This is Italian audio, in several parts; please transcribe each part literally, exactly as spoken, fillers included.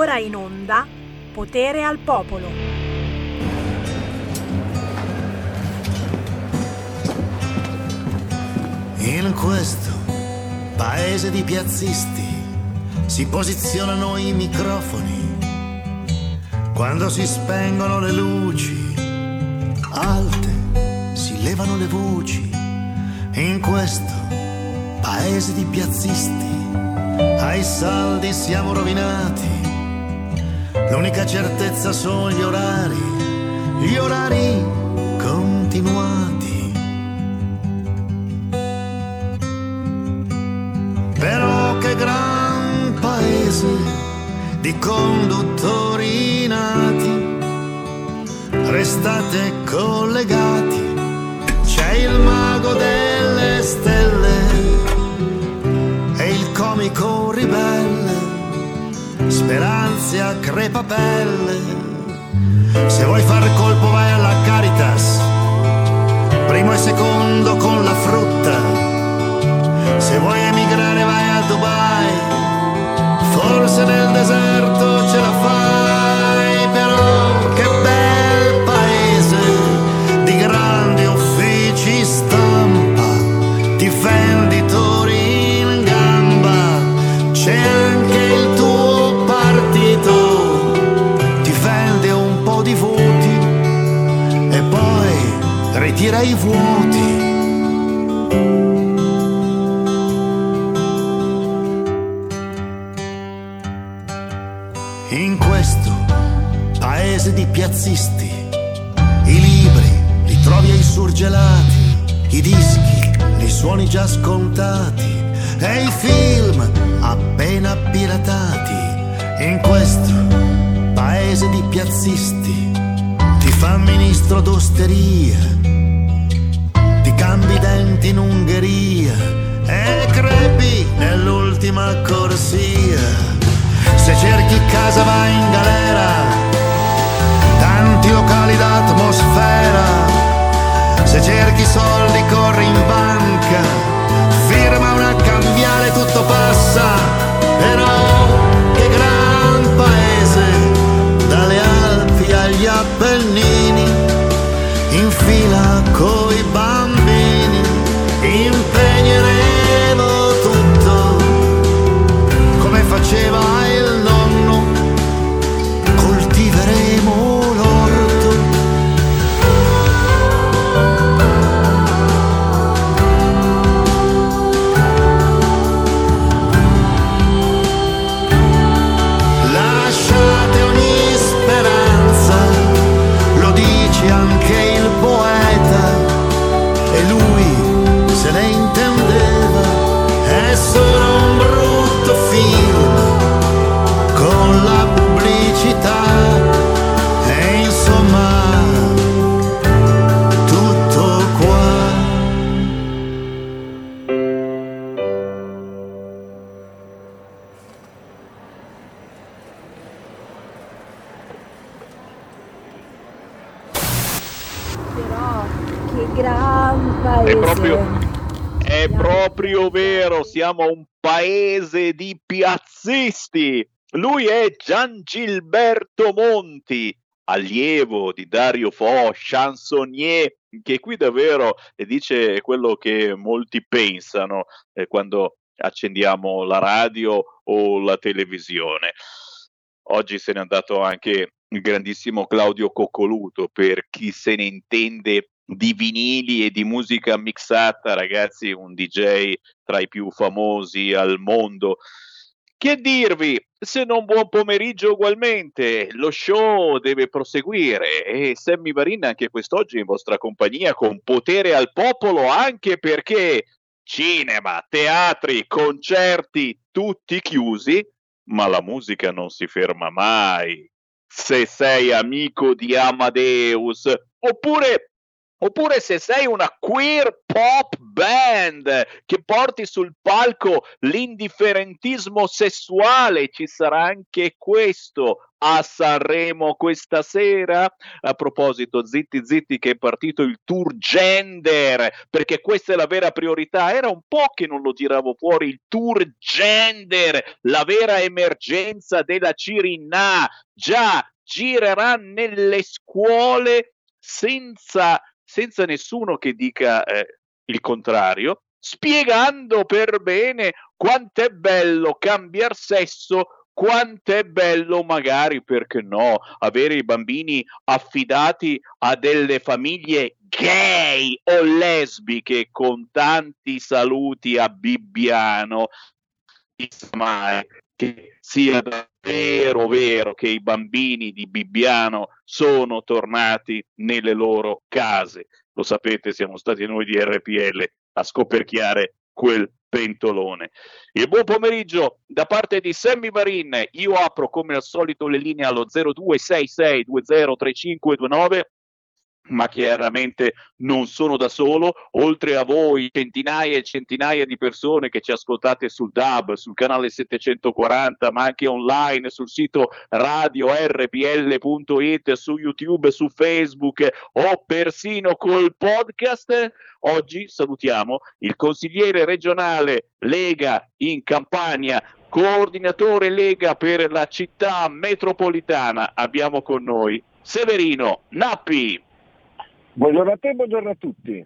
ora in onda Potere al Popolo. In questo paese di piazzisti si posizionano i microfoni quando si spengono le luci, alte si levano le voci. In questo paese di piazzisti ai saldi siamo rovinati. L'unica certezza sono gli orari, gli orari continuati. Però che gran paese di conduttori nati, restate collegati, c'è il mago delle stelle e il comico ribelle, speranze a crepapelle. Se vuoi far colpo vai alla Caritas, primo e secondo con la frutta. Se vuoi emigrare vai a Dubai, forse nel deserto ce la fai. Però che bel paese di grandi uffici stampa, difenditori in gamba, c'è anche il tuo partito, difende un po' di voti e poi ritira i vuoti. In questo paese di piazzisti i libri li trovi ai surgelati, i dischi li suoni già scontati e i film appena piratati. In questo paese di piazzisti ti fa ministro d'osteria, ti cambi i denti in Ungheria e crepi nell'ultima corsia. Se cerchi casa vai in galera, tanti locali d'atmosfera. Se cerchi soldi corri in banca, firma una cambiale, tutto passa. Però che gran paese, dalle Alpi agli Appennini, in fila coi bambini, impegneremo tutto come faceva il nonno, coltiveremo l'orto. Lasciate ogni speranza, lo dice anche il poeta, e lui se ne intendeva, è solo un brutto film con la pubblicità e insomma tutto qua. Però che gran paese. È proprio, è proprio vero, siamo un paese di piazzisti. Lui è Giangilberto Monti, allievo di Dario Fo, chansonnier, che qui davvero dice quello che molti pensano eh, quando accendiamo la radio o la televisione. Oggi se n'è andato anche il grandissimo Claudio Coccoluto, per chi se ne intende di vinili e di musica mixata, ragazzi, un D J tra i più famosi al mondo. Che dirvi, se non buon pomeriggio ugualmente, lo show deve proseguire e Sammy Varin anche quest'oggi in vostra compagnia con Potere al Popolo, anche perché cinema, teatri, concerti, tutti chiusi, ma la musica non si ferma mai. Se sei amico di Amadeus, oppure Oppure se sei una queer pop band che porti sul palco l'indifferentismo sessuale, ci sarà anche questo a Sanremo questa sera. A proposito, zitti zitti che è partito il tour gender, perché questa è la vera priorità. Era un po' che non lo tiravo fuori, il tour gender, la vera emergenza della Cirinà. Già, girerà nelle scuole senza senza nessuno che dica eh, il contrario, spiegando per bene quanto è bello cambiar sesso, quanto è bello magari, perché no, avere i bambini affidati a delle famiglie gay o lesbiche, con tanti saluti a Bibbiano. Mai che sia davvero vero che i bambini di Bibbiano sono tornati nelle loro case. Lo sapete, siamo stati noi di R P L a scoperchiare quel pentolone. Il buon pomeriggio da parte di Sammy Varin. Io apro come al solito le linee allo zero due sei sei due zero tre cinque due nove, ma chiaramente non sono da solo, oltre a voi centinaia e centinaia di persone che ci ascoltate sul D A B, sul canale settecentoquaranta, ma anche online sul sito radio R P L punto it, su YouTube, su Facebook o persino col podcast. Oggi salutiamo il consigliere regionale Lega in Campania, coordinatore Lega per la città metropolitana. Abbiamo con noi Severino Nappi. Buongiorno a te, buongiorno a tutti.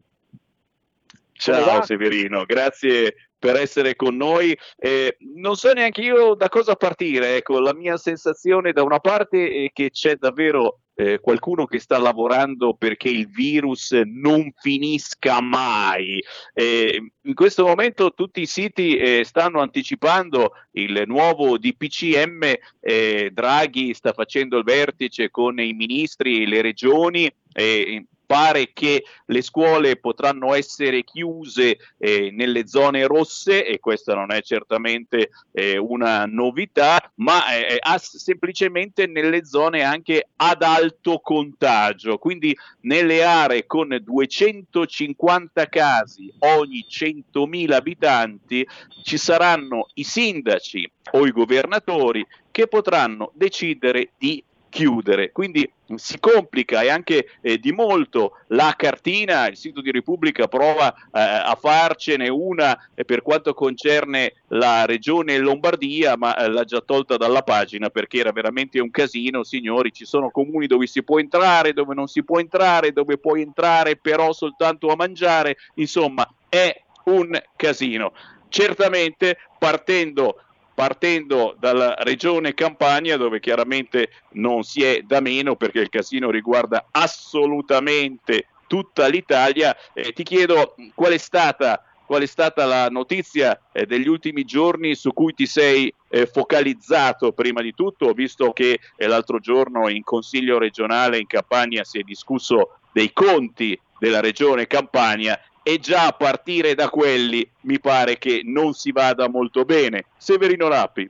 Ciao Severino, grazie per essere con noi. Eh, non so neanche io da cosa partire. Ecco, la mia sensazione da una parte è che c'è davvero eh, qualcuno che sta lavorando perché il virus non finisca mai. Eh, in questo momento tutti i siti eh, stanno anticipando il nuovo D P C M. eh, Draghi sta facendo il vertice con i ministri e le regioni. Eh, pare che le scuole potranno essere chiuse eh, nelle zone rosse, e questa non è certamente eh, una novità, ma eh, semplicemente nelle zone anche ad alto contagio, quindi nelle aree con duecentocinquanta casi ogni centomila abitanti ci saranno i sindaci o i governatori che potranno decidere di chiudere. Quindi si complica e anche eh, di molto la cartina. Il sito di Repubblica prova eh, a farcene una eh, per quanto concerne la regione Lombardia, ma eh, l'ha già tolta dalla pagina perché era veramente un casino. Signori, ci sono comuni dove si può entrare, dove non si può entrare, dove puoi entrare però soltanto a mangiare. Insomma, è un casino. Certamente partendo partendo dalla regione Campania, dove chiaramente non si è da meno perché il casino riguarda assolutamente tutta l'Italia. Eh, ti chiedo qual è stata, qual è stata la notizia eh, degli ultimi giorni su cui ti sei eh, focalizzato prima di tutto, visto che eh, l'altro giorno in Consiglio regionale in Campania si è discusso dei conti della regione Campania. E già a partire da quelli mi pare che non si vada molto bene. Severino Nappi.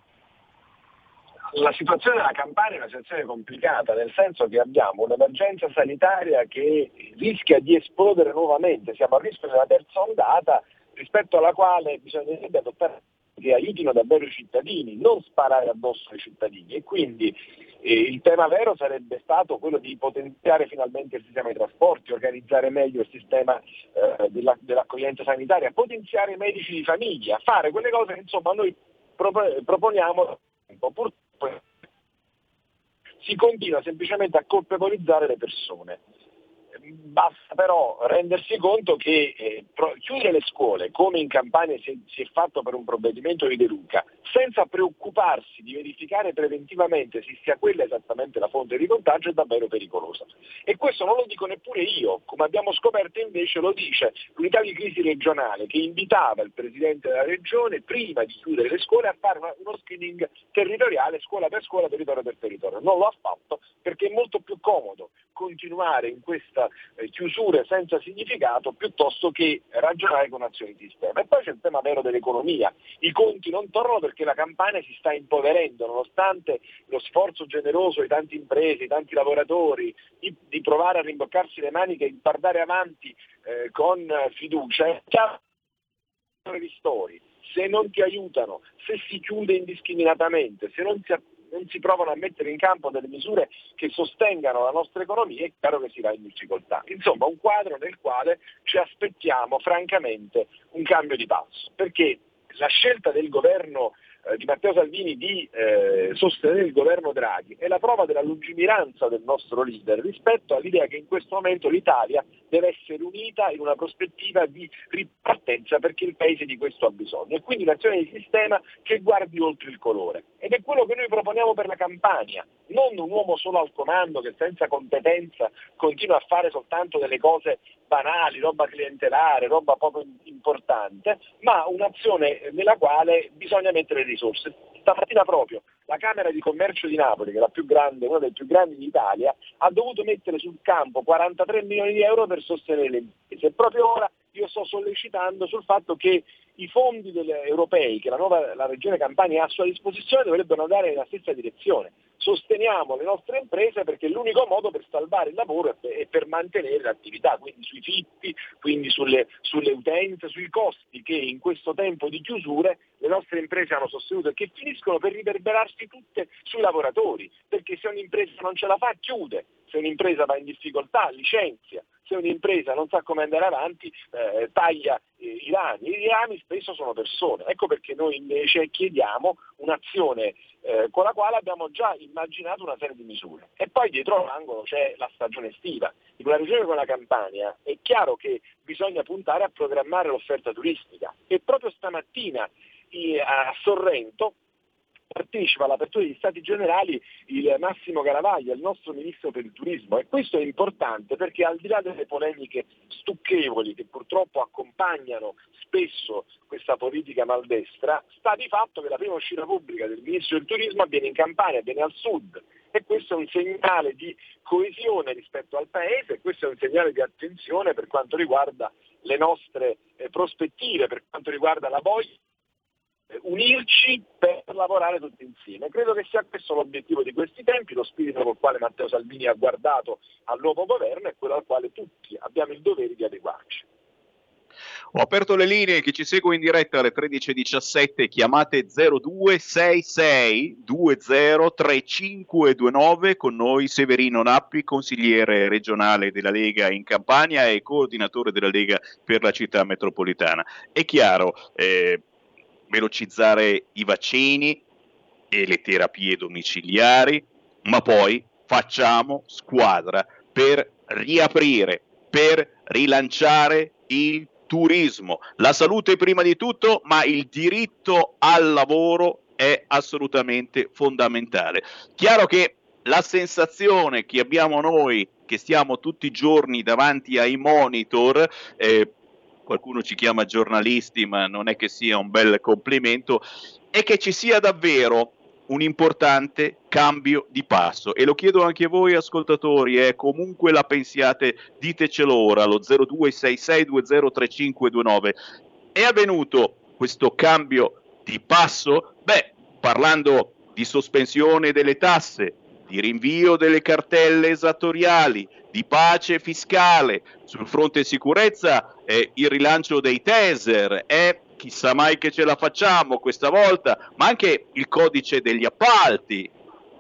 La situazione della Campania è una situazione complicata, nel senso che abbiamo un'emergenza sanitaria che rischia di esplodere nuovamente. Siamo a rischio della terza ondata, rispetto alla quale bisognerebbe adottare che aiutino davvero i cittadini, non sparare addosso ai cittadini. E quindi eh, il tema vero sarebbe stato quello di potenziare finalmente il sistema dei trasporti, organizzare meglio il sistema eh, della, dell'accoglienza sanitaria, potenziare i medici di famiglia, fare quelle cose che insomma noi pro- proponiamo. Purtroppo si continua semplicemente a colpevolizzare le persone. Basta però rendersi conto che eh, pro- chiudere le scuole, come in Campania si, si è fatto per un provvedimento di De Luca, senza preoccuparsi di verificare preventivamente se sia quella esattamente la fonte di contagio, è davvero pericolosa. E questo non lo dico neppure io, come abbiamo scoperto invece lo dice l'unità di crisi regionale, che invitava il presidente della regione prima di chiudere le scuole a fare una, uno screening territoriale, scuola per scuola, territorio per territorio. Non lo ha fatto perché è molto più comodo continuare in questa eh, chiusura senza significato piuttosto che ragionare con azioni di sistema. E poi c'è il tema vero dell'economia. I conti non tornano perché la Campania si sta impoverendo, nonostante lo sforzo generoso di tante imprese, di tanti lavoratori, di, di provare a rimboccarsi le maniche e guardare avanti eh, con fiducia. Ristori, se non ti aiutano, se si chiude indiscriminatamente, se non si, non si provano a mettere in campo delle misure che sostengano la nostra economia, è chiaro che si va in difficoltà. Insomma, un quadro nel quale ci aspettiamo francamente un cambio di passo, perché la scelta del governo eh, di Matteo Salvini di eh, sostenere il governo Draghi è la prova della lungimiranza del nostro leader rispetto all'idea che in questo momento l'Italia deve essere unita in una prospettiva di ripartenza, perché il Paese di questo ha bisogno, e quindi un'azione di sistema che guardi oltre il colore. Ed è quello che noi proponiamo per la Campania, non un uomo solo al comando che senza competenza continua a fare soltanto delle cose banali, roba clientelare, roba poco importante, ma un'azione nella quale bisogna mettere risorse. Stamattina proprio la Camera di Commercio di Napoli, che è la più grande, una delle più grandi d'Italia, ha dovuto mettere sul campo quarantatré milioni di euro per sostenere le imprese. E proprio ora io sto sollecitando sul fatto che i fondi delle, europei che la nuova la Regione Campania ha a sua disposizione dovrebbero andare nella stessa direzione. Sosteniamo le nostre imprese perché è l'unico modo per salvare il lavoro e per mantenere l'attività, quindi sui fitti, quindi sulle, sulle utenze, sui costi che in questo tempo di chiusure le nostre imprese hanno sostenuto e che finiscono per riverberarsi tutte sui lavoratori, perché se un'impresa non ce la fa chiude, se un'impresa va in difficoltà licenzia, se un'impresa non sa come andare avanti eh, taglia eh, i rami, i rami spesso sono persone. Ecco perché noi invece chiediamo un'azione eh, con la quale abbiamo già immaginato una serie di misure. E poi dietro l'angolo c'è la stagione estiva. In una regione come la Campania è chiaro che bisogna puntare a programmare l'offerta turistica, e proprio stamattina eh, a Sorrento partecipa all'apertura degli Stati Generali il Massimo Garavaglia, il nostro ministro per il turismo, e questo è importante perché al di là delle polemiche stucchevoli che purtroppo accompagnano spesso questa politica maldestra, sta di fatto che la prima uscita pubblica del ministro del turismo avviene in Campania, avviene al sud, e questo è un segnale di coesione rispetto al Paese, e questo è un segnale di attenzione per quanto riguarda le nostre eh, prospettive, per quanto riguarda la voglia unirci per lavorare tutti insieme. Credo che sia questo l'obiettivo di questi tempi, lo spirito col quale Matteo Salvini ha guardato al nuovo governo e quello al quale tutti abbiamo il dovere di adeguarci. Ho aperto le linee, chi ci segue in diretta alle tredici e diciassette, chiamate zero due sei sei due zero tre cinque due nove, con noi Severino Nappi, consigliere regionale della Lega in Campania e coordinatore della Lega per la città metropolitana. È chiaro, eh, velocizzare i vaccini e le terapie domiciliari, ma poi facciamo squadra per riaprire, per rilanciare il turismo. La salute prima di tutto, ma il diritto al lavoro è assolutamente fondamentale. Chiaro che la sensazione che abbiamo noi, che stiamo tutti i giorni davanti ai monitor, eh, qualcuno ci chiama giornalisti, ma non è che sia un bel complimento, è che ci sia davvero un importante cambio di passo, e lo chiedo anche a voi ascoltatori, eh, comunque la pensiate, ditecelo ora allo zero due sei sei due zero tre cinque due nove. È avvenuto questo cambio di passo? Beh, parlando di sospensione delle tasse, di rinvio delle cartelle esattoriali, di pace fiscale, sul fronte sicurezza eh, il rilancio dei taser, eh, chissà mai che ce la facciamo questa volta, ma anche il codice degli appalti,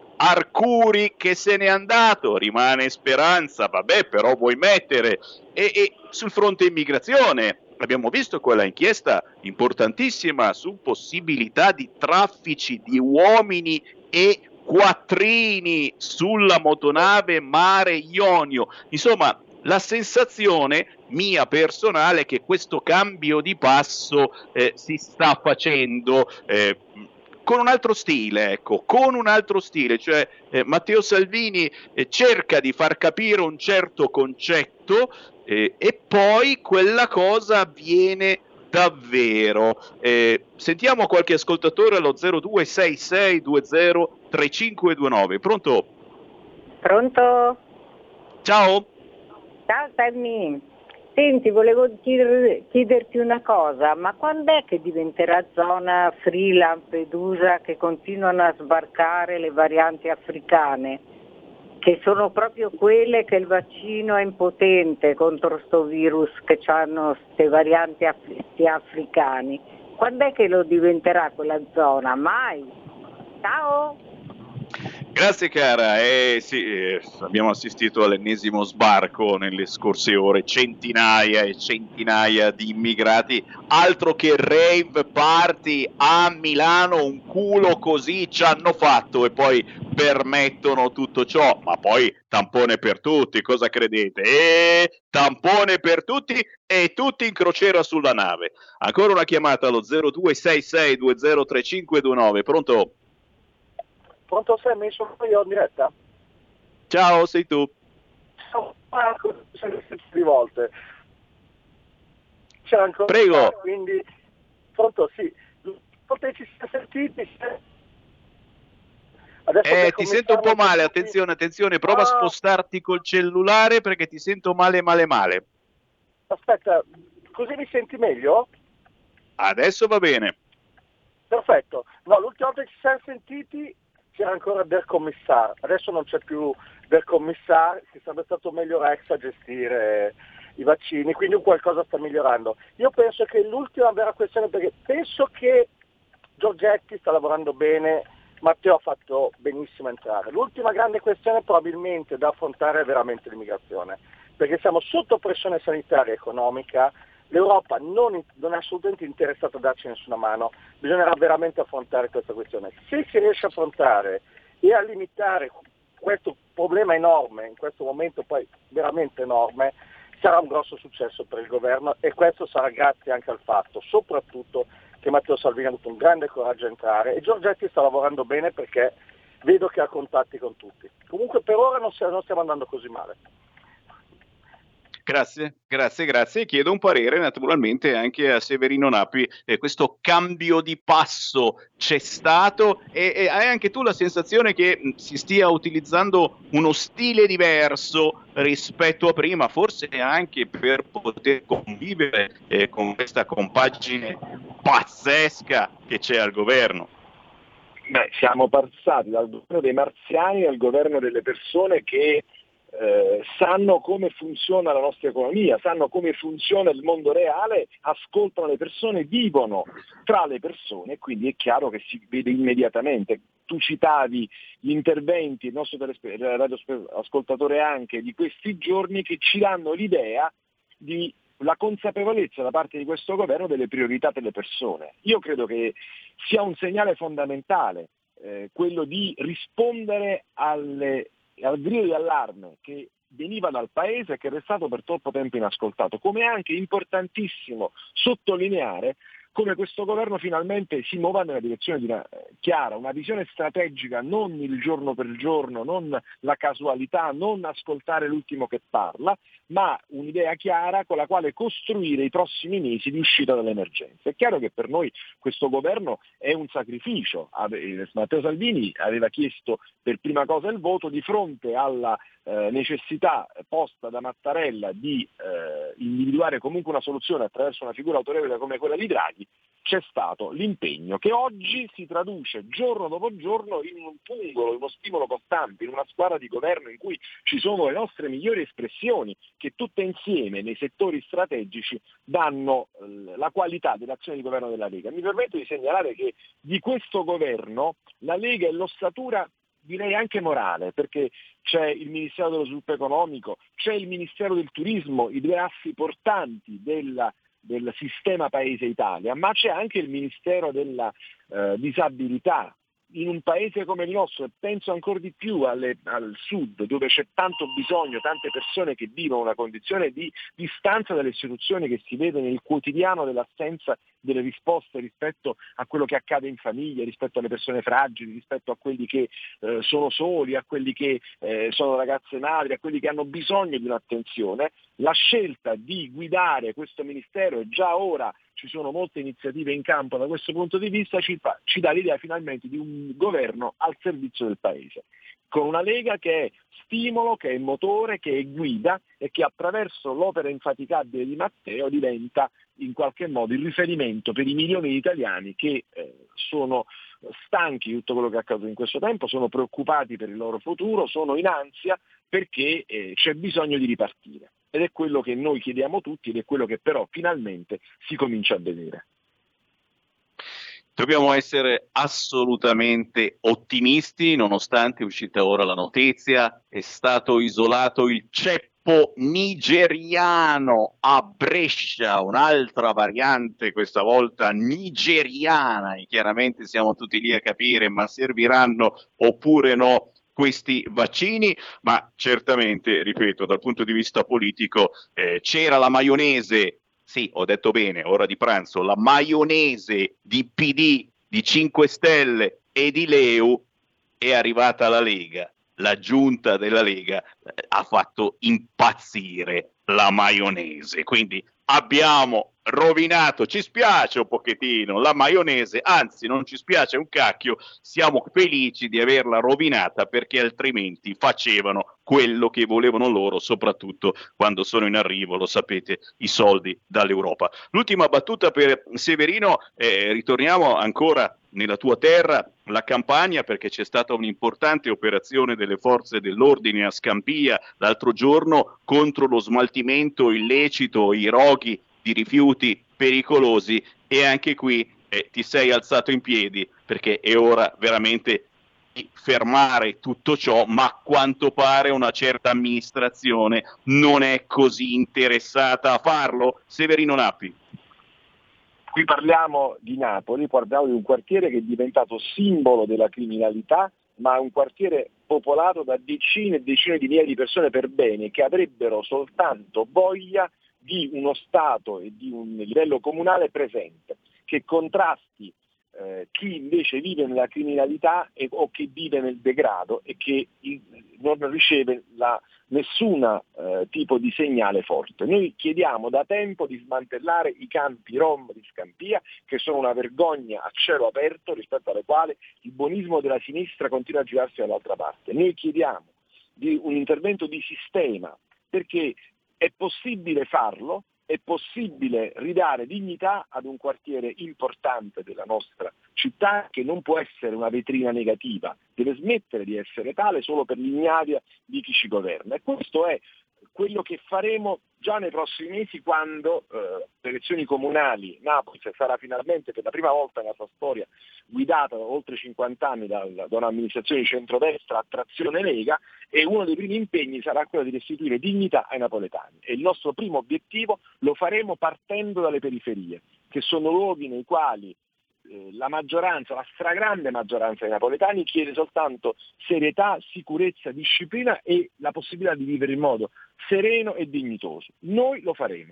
Arcuri che se n'è andato, rimane Speranza, vabbè, però vuoi mettere, e, e sul fronte immigrazione abbiamo visto quella inchiesta importantissima su possibilità di traffici di uomini e quattrini sulla motonave Mare Ionio. Insomma, la sensazione mia personale è che questo cambio di passo eh, si sta facendo eh, con un altro stile, ecco, con un altro stile, cioè eh, Matteo Salvini eh, cerca di far capire un certo concetto eh, e poi quella cosa avviene davvero. Eh, sentiamo qualche ascoltatore allo zero due sei sei due zero tre cinque due nove. Pronto? Pronto? Ciao. Ciao Sammy, senti, volevo chieder- chiederti una cosa, ma quando è che diventerà zona free Lampedusa, che continuano a sbarcare le varianti africane, che sono proprio quelle che il vaccino è impotente contro sto virus, che hanno queste varianti af- sti africani? Quando è che lo diventerà quella zona? Mai? Ciao! Grazie cara, eh, sì, eh, abbiamo assistito all'ennesimo sbarco nelle scorse ore, centinaia e centinaia di immigrati, altro che rave party a Milano, un culo così ci hanno fatto e poi permettono tutto ciò, ma poi tampone per tutti, cosa credete? Eh, tampone per tutti e tutti in crociera sulla nave. Ancora una chiamata allo zero due sei sei due zero tre cinque due nove, pronto? Pronto Sammy, sono io in diretta? Ciao, sei tu. Ciao Marco, sempre di volte. C'è ancora Prego. quindi pronto, sì. Potete ci siamo sentiti? Adesso Eh, ti sento un po' male, attenzione, attenzione, prova ah. a spostarti col cellulare perché ti sento male, male, male. Aspetta, così mi senti meglio? Adesso va bene. Perfetto. No, l'ultima volta che ci siamo sentiti c'era ancora del commissario, adesso non c'è più del commissario, che sarebbe stato meglio Rex a gestire i vaccini, quindi un qualcosa sta migliorando. Io penso che l'ultima vera questione, perché penso che Giorgetti sta lavorando bene, Matteo ha fatto benissimo entrare. L'ultima grande questione probabilmente da affrontare è veramente l'immigrazione, perché siamo sotto pressione sanitaria e economica, l'Europa non, non è assolutamente interessata a darci nessuna mano, bisognerà veramente affrontare questa questione. Se si riesce a affrontare e a limitare questo problema enorme, in questo momento poi veramente enorme, sarà un grosso successo per il governo e questo sarà grazie anche al fatto, soprattutto, che Matteo Salvini ha avuto un grande coraggio a entrare e Giorgetti sta lavorando bene perché vedo che ha contatti con tutti. Comunque per ora non stiamo andando così male. Grazie, grazie, grazie. Chiedo un parere naturalmente anche a Severino Nappi. Eh, questo cambio di passo c'è stato e, e hai anche tu la sensazione che mh, si stia utilizzando uno stile diverso rispetto a prima, forse anche per poter convivere eh, con questa compagine pazzesca che c'è al governo? Beh, siamo passati dal governo dei marziani al governo delle persone che Eh, sanno come funziona la nostra economia, sanno come funziona il mondo reale, ascoltano le persone, vivono tra le persone, quindi è chiaro che si vede immediatamente. Tu citavi gli interventi, il nostro radioascoltatore anche, di questi giorni che ci danno l'idea di la consapevolezza da parte di questo governo delle priorità delle persone. Io credo che sia un segnale fondamentale eh, quello di rispondere alle al grido di allarme che veniva dal Paese e che è restato per troppo tempo inascoltato, come è anche importantissimo sottolineare come questo governo finalmente si muova nella direzione di una chiara, una visione strategica, non il giorno per giorno, non la casualità, non ascoltare l'ultimo che parla, ma un'idea chiara con la quale costruire i prossimi mesi di uscita dall'emergenza. È chiaro che per noi questo governo è un sacrificio. Matteo Salvini aveva chiesto per prima cosa il voto di fronte alla eh, necessità posta da Mattarella di eh, individuare comunque una soluzione attraverso una figura autorevole come quella di Draghi. C'è stato l'impegno che oggi si traduce giorno dopo giorno in un pungolo, in uno stimolo costante, in una squadra di governo in cui ci sono le nostre migliori espressioni che tutte insieme nei settori strategici danno eh, la qualità dell'azione di governo della Lega. Mi permetto di segnalare che di questo governo la Lega è l'ossatura, direi anche morale, perché c'è il Ministero dello Sviluppo Economico, c'è il Ministero del Turismo, i due assi portanti della del sistema Paese Italia, ma c'è anche il Ministero della eh, Disabilità. In un paese come il nostro, e penso ancora di più alle, al sud, dove c'è tanto bisogno, tante persone che vivono una condizione di distanza dalle istituzioni che si vede nel quotidiano dell'assenza delle risposte rispetto a quello che accade in famiglia, rispetto alle persone fragili, rispetto a quelli che eh, sono soli, a quelli che eh, sono ragazze madri, a quelli che hanno bisogno di un'attenzione. La scelta di guidare questo Ministero, e già ora ci sono molte iniziative in campo da questo punto di vista, ci, fa, ci dà l'idea finalmente di un governo al servizio del Paese. con una Lega che è stimolo, che è motore, che è guida e che attraverso l'opera infaticabile di Matteo diventa in qualche modo il riferimento per i milioni di italiani che eh, sono stanchi di tutto quello che è accaduto in questo tempo, sono preoccupati per il loro futuro, sono in ansia perché eh, c'è bisogno di ripartire. Ed è quello che noi chiediamo tutti ed è quello che però finalmente si comincia a vedere. Dobbiamo essere assolutamente ottimisti, nonostante è uscita ora la notizia, è stato isolato il ceppo nigeriano a Brescia, un'altra variante questa volta nigeriana, e chiaramente siamo tutti lì a capire ma serviranno oppure no questi vaccini, ma certamente, ripeto, dal punto di vista politico eh, c'era la maionese. Sì, ho detto bene, ora di pranzo, la maionese di P D, di cinque Stelle e di Leu, è arrivata la Lega. La giunta della Lega eh, ha fatto impazzire la maionese, quindi abbiamo rovinato, ci spiace un pochettino la maionese, anzi non ci spiace un cacchio, siamo felici di averla rovinata perché altrimenti facevano quello che volevano loro, soprattutto quando sono in arrivo, lo sapete, i soldi dall'Europa. L'ultima battuta per Severino, eh, ritorniamo ancora nella tua terra, la Campania, perché c'è stata un'importante operazione delle forze dell'ordine a Scampia l'altro giorno contro lo smaltimento illecito, i roghi di rifiuti pericolosi, e anche qui eh, ti sei alzato in piedi perché è ora veramente di fermare tutto ciò, ma a quanto pare una certa amministrazione non è così interessata a farlo. Severino Nappi. Qui parliamo di Napoli, parliamo di un quartiere che è diventato simbolo della criminalità, ma un quartiere popolato da decine e decine di migliaia di persone per bene che avrebbero soltanto voglia di uno Stato e di un livello comunale presente, che contrasti eh, chi invece vive nella criminalità e, o chi vive nel degrado e che il, non riceve la, nessun eh, tipo di segnale forte. Noi chiediamo da tempo di smantellare i campi rom di Scampia, che sono una vergogna a cielo aperto rispetto alle quali il buonismo della sinistra continua a girarsi dall'altra parte. Noi chiediamo di un intervento di sistema, perché è possibile farlo, è possibile ridare dignità ad un quartiere importante della nostra città che non può essere una vetrina negativa, deve smettere di essere tale solo per l'ignavia di chi ci governa. E questo è quello che faremo già nei prossimi mesi quando eh, le elezioni comunali Napoli sarà finalmente per la prima volta nella sua storia guidata da oltre cinquanta anni da, da un'amministrazione di centrodestra a trazione Lega, e uno dei primi impegni sarà quello di restituire dignità ai napoletani, e il nostro primo obiettivo lo faremo partendo dalle periferie, che sono luoghi nei quali eh, la maggioranza, la stragrande maggioranza dei napoletani chiede soltanto serietà, sicurezza, disciplina e la possibilità di vivere in modo sereno e dignitoso. Noi lo faremo.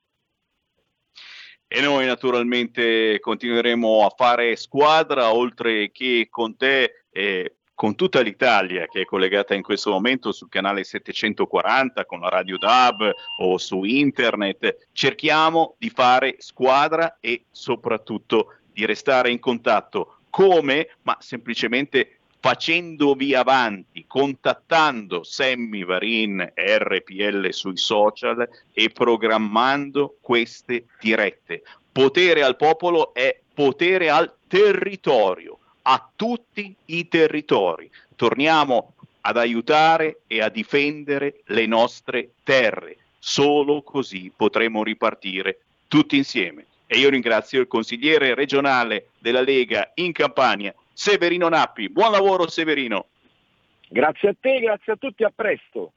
E noi naturalmente continueremo a fare squadra, oltre che con te, eh, con tutta l'Italia che è collegata in questo momento sul canale settecentoquaranta, con la Radio D A B o su internet. Cerchiamo di fare squadra e soprattutto di restare in contatto. Come? Ma semplicemente facendovi avanti, contattando Sammy Varin R P L sui social e programmando queste dirette. Potere al popolo è potere al territorio, a tutti i territori. Torniamo ad aiutare e a difendere le nostre terre. Solo così potremo ripartire tutti insieme. E io ringrazio il consigliere regionale della Lega in Campania, Severino Nappi. Buon lavoro, Severino. Grazie a te, grazie a tutti, a presto.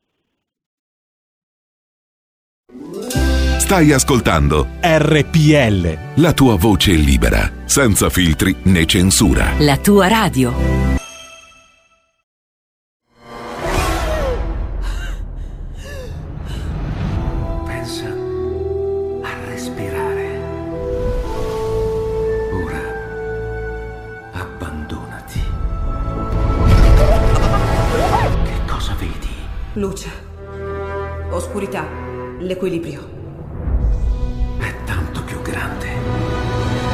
Stai ascoltando R P L, la tua voce libera, senza filtri né censura. La tua radio. Pensa a respirare. Ora abbandonati. Che cosa vedi? Luce, oscurità, l'equilibrio. È tanto più grande.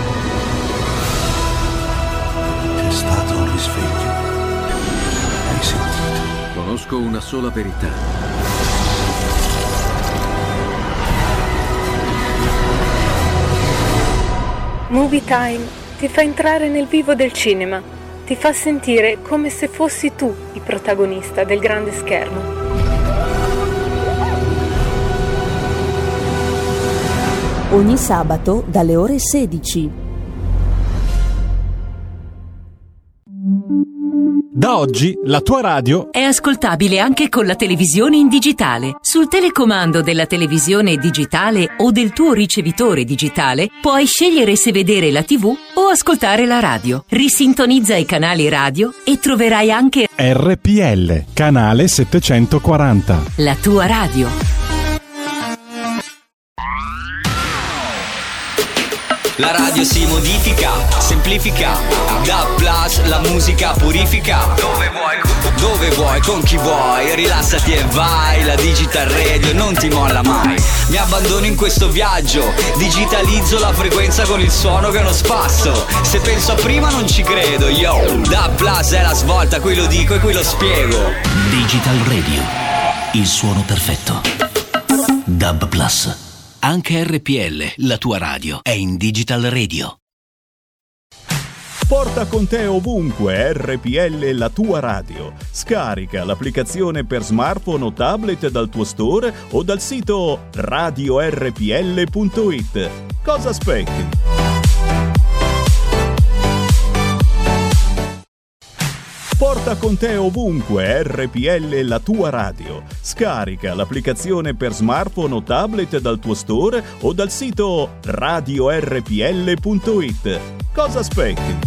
C'è stato un risveglio. Hai sentito? Conosco una sola verità. Movie Time ti fa entrare nel vivo del cinema, ti fa sentire come se fossi tu il protagonista del grande schermo. Ogni sabato dalle ore sedici. Da oggi la tua radio è ascoltabile anche con la televisione in digitale. Sul telecomando della televisione digitale o del tuo ricevitore digitale puoi scegliere se vedere la tivù o ascoltare la radio. Risintonizza i canali radio e troverai anche R P L, canale settecentoquaranta. La tua radio. La radio si modifica, semplifica, da plus la musica purifica. Dove vuoi, dove vuoi, con chi vuoi, rilassati e vai. La Digital Radio non ti molla mai. Mi abbandono in questo viaggio, digitalizzo la frequenza con il suono che è uno spasso. Se penso a prima non ci credo, yo. Da plus è la svolta, qui lo dico e qui lo spiego. Digital Radio, il suono perfetto. Dub Plus. Anche R P L, la tua radio, è in Digital Radio. Porta con te ovunque R P L, la tua radio. Scarica l'applicazione per smartphone o tablet dal tuo store o dal sito radio r p l punto i t. Cosa aspetti? Porta con te ovunque R P L, la tua radio. Scarica l'applicazione per smartphone o tablet dal tuo store o dal sito radio r p l punto i t. Cosa aspetti?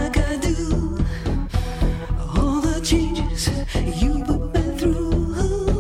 Changes you put me through.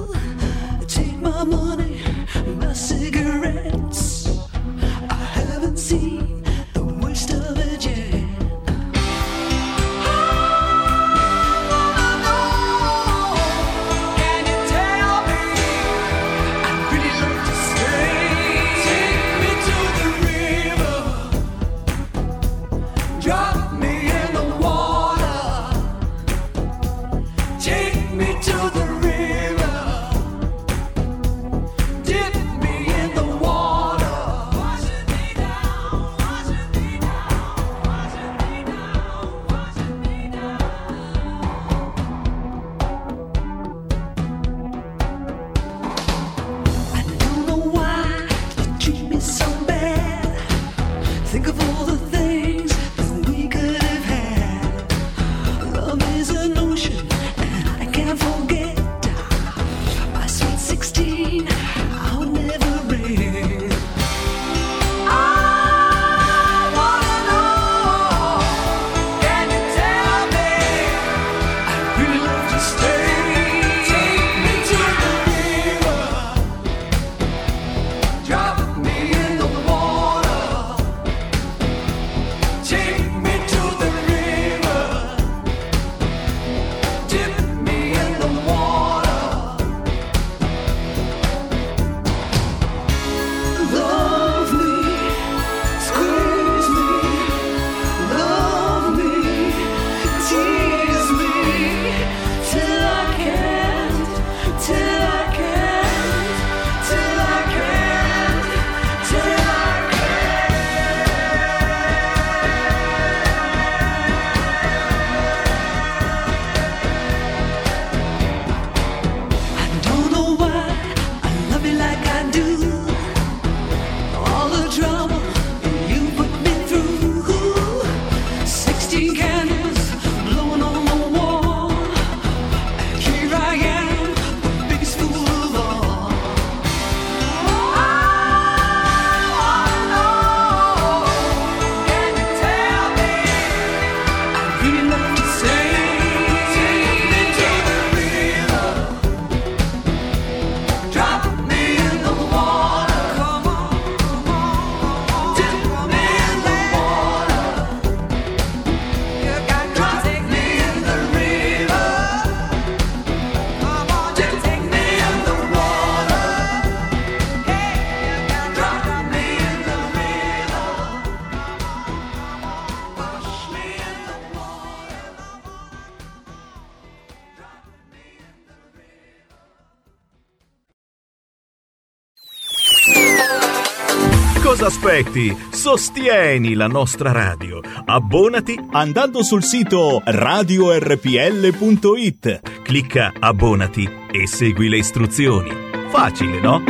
Cosa aspetti? Sostieni la nostra radio. Abbonati andando sul sito radio r p l punto i t. Clicca abbonati e segui le istruzioni. Facile, no?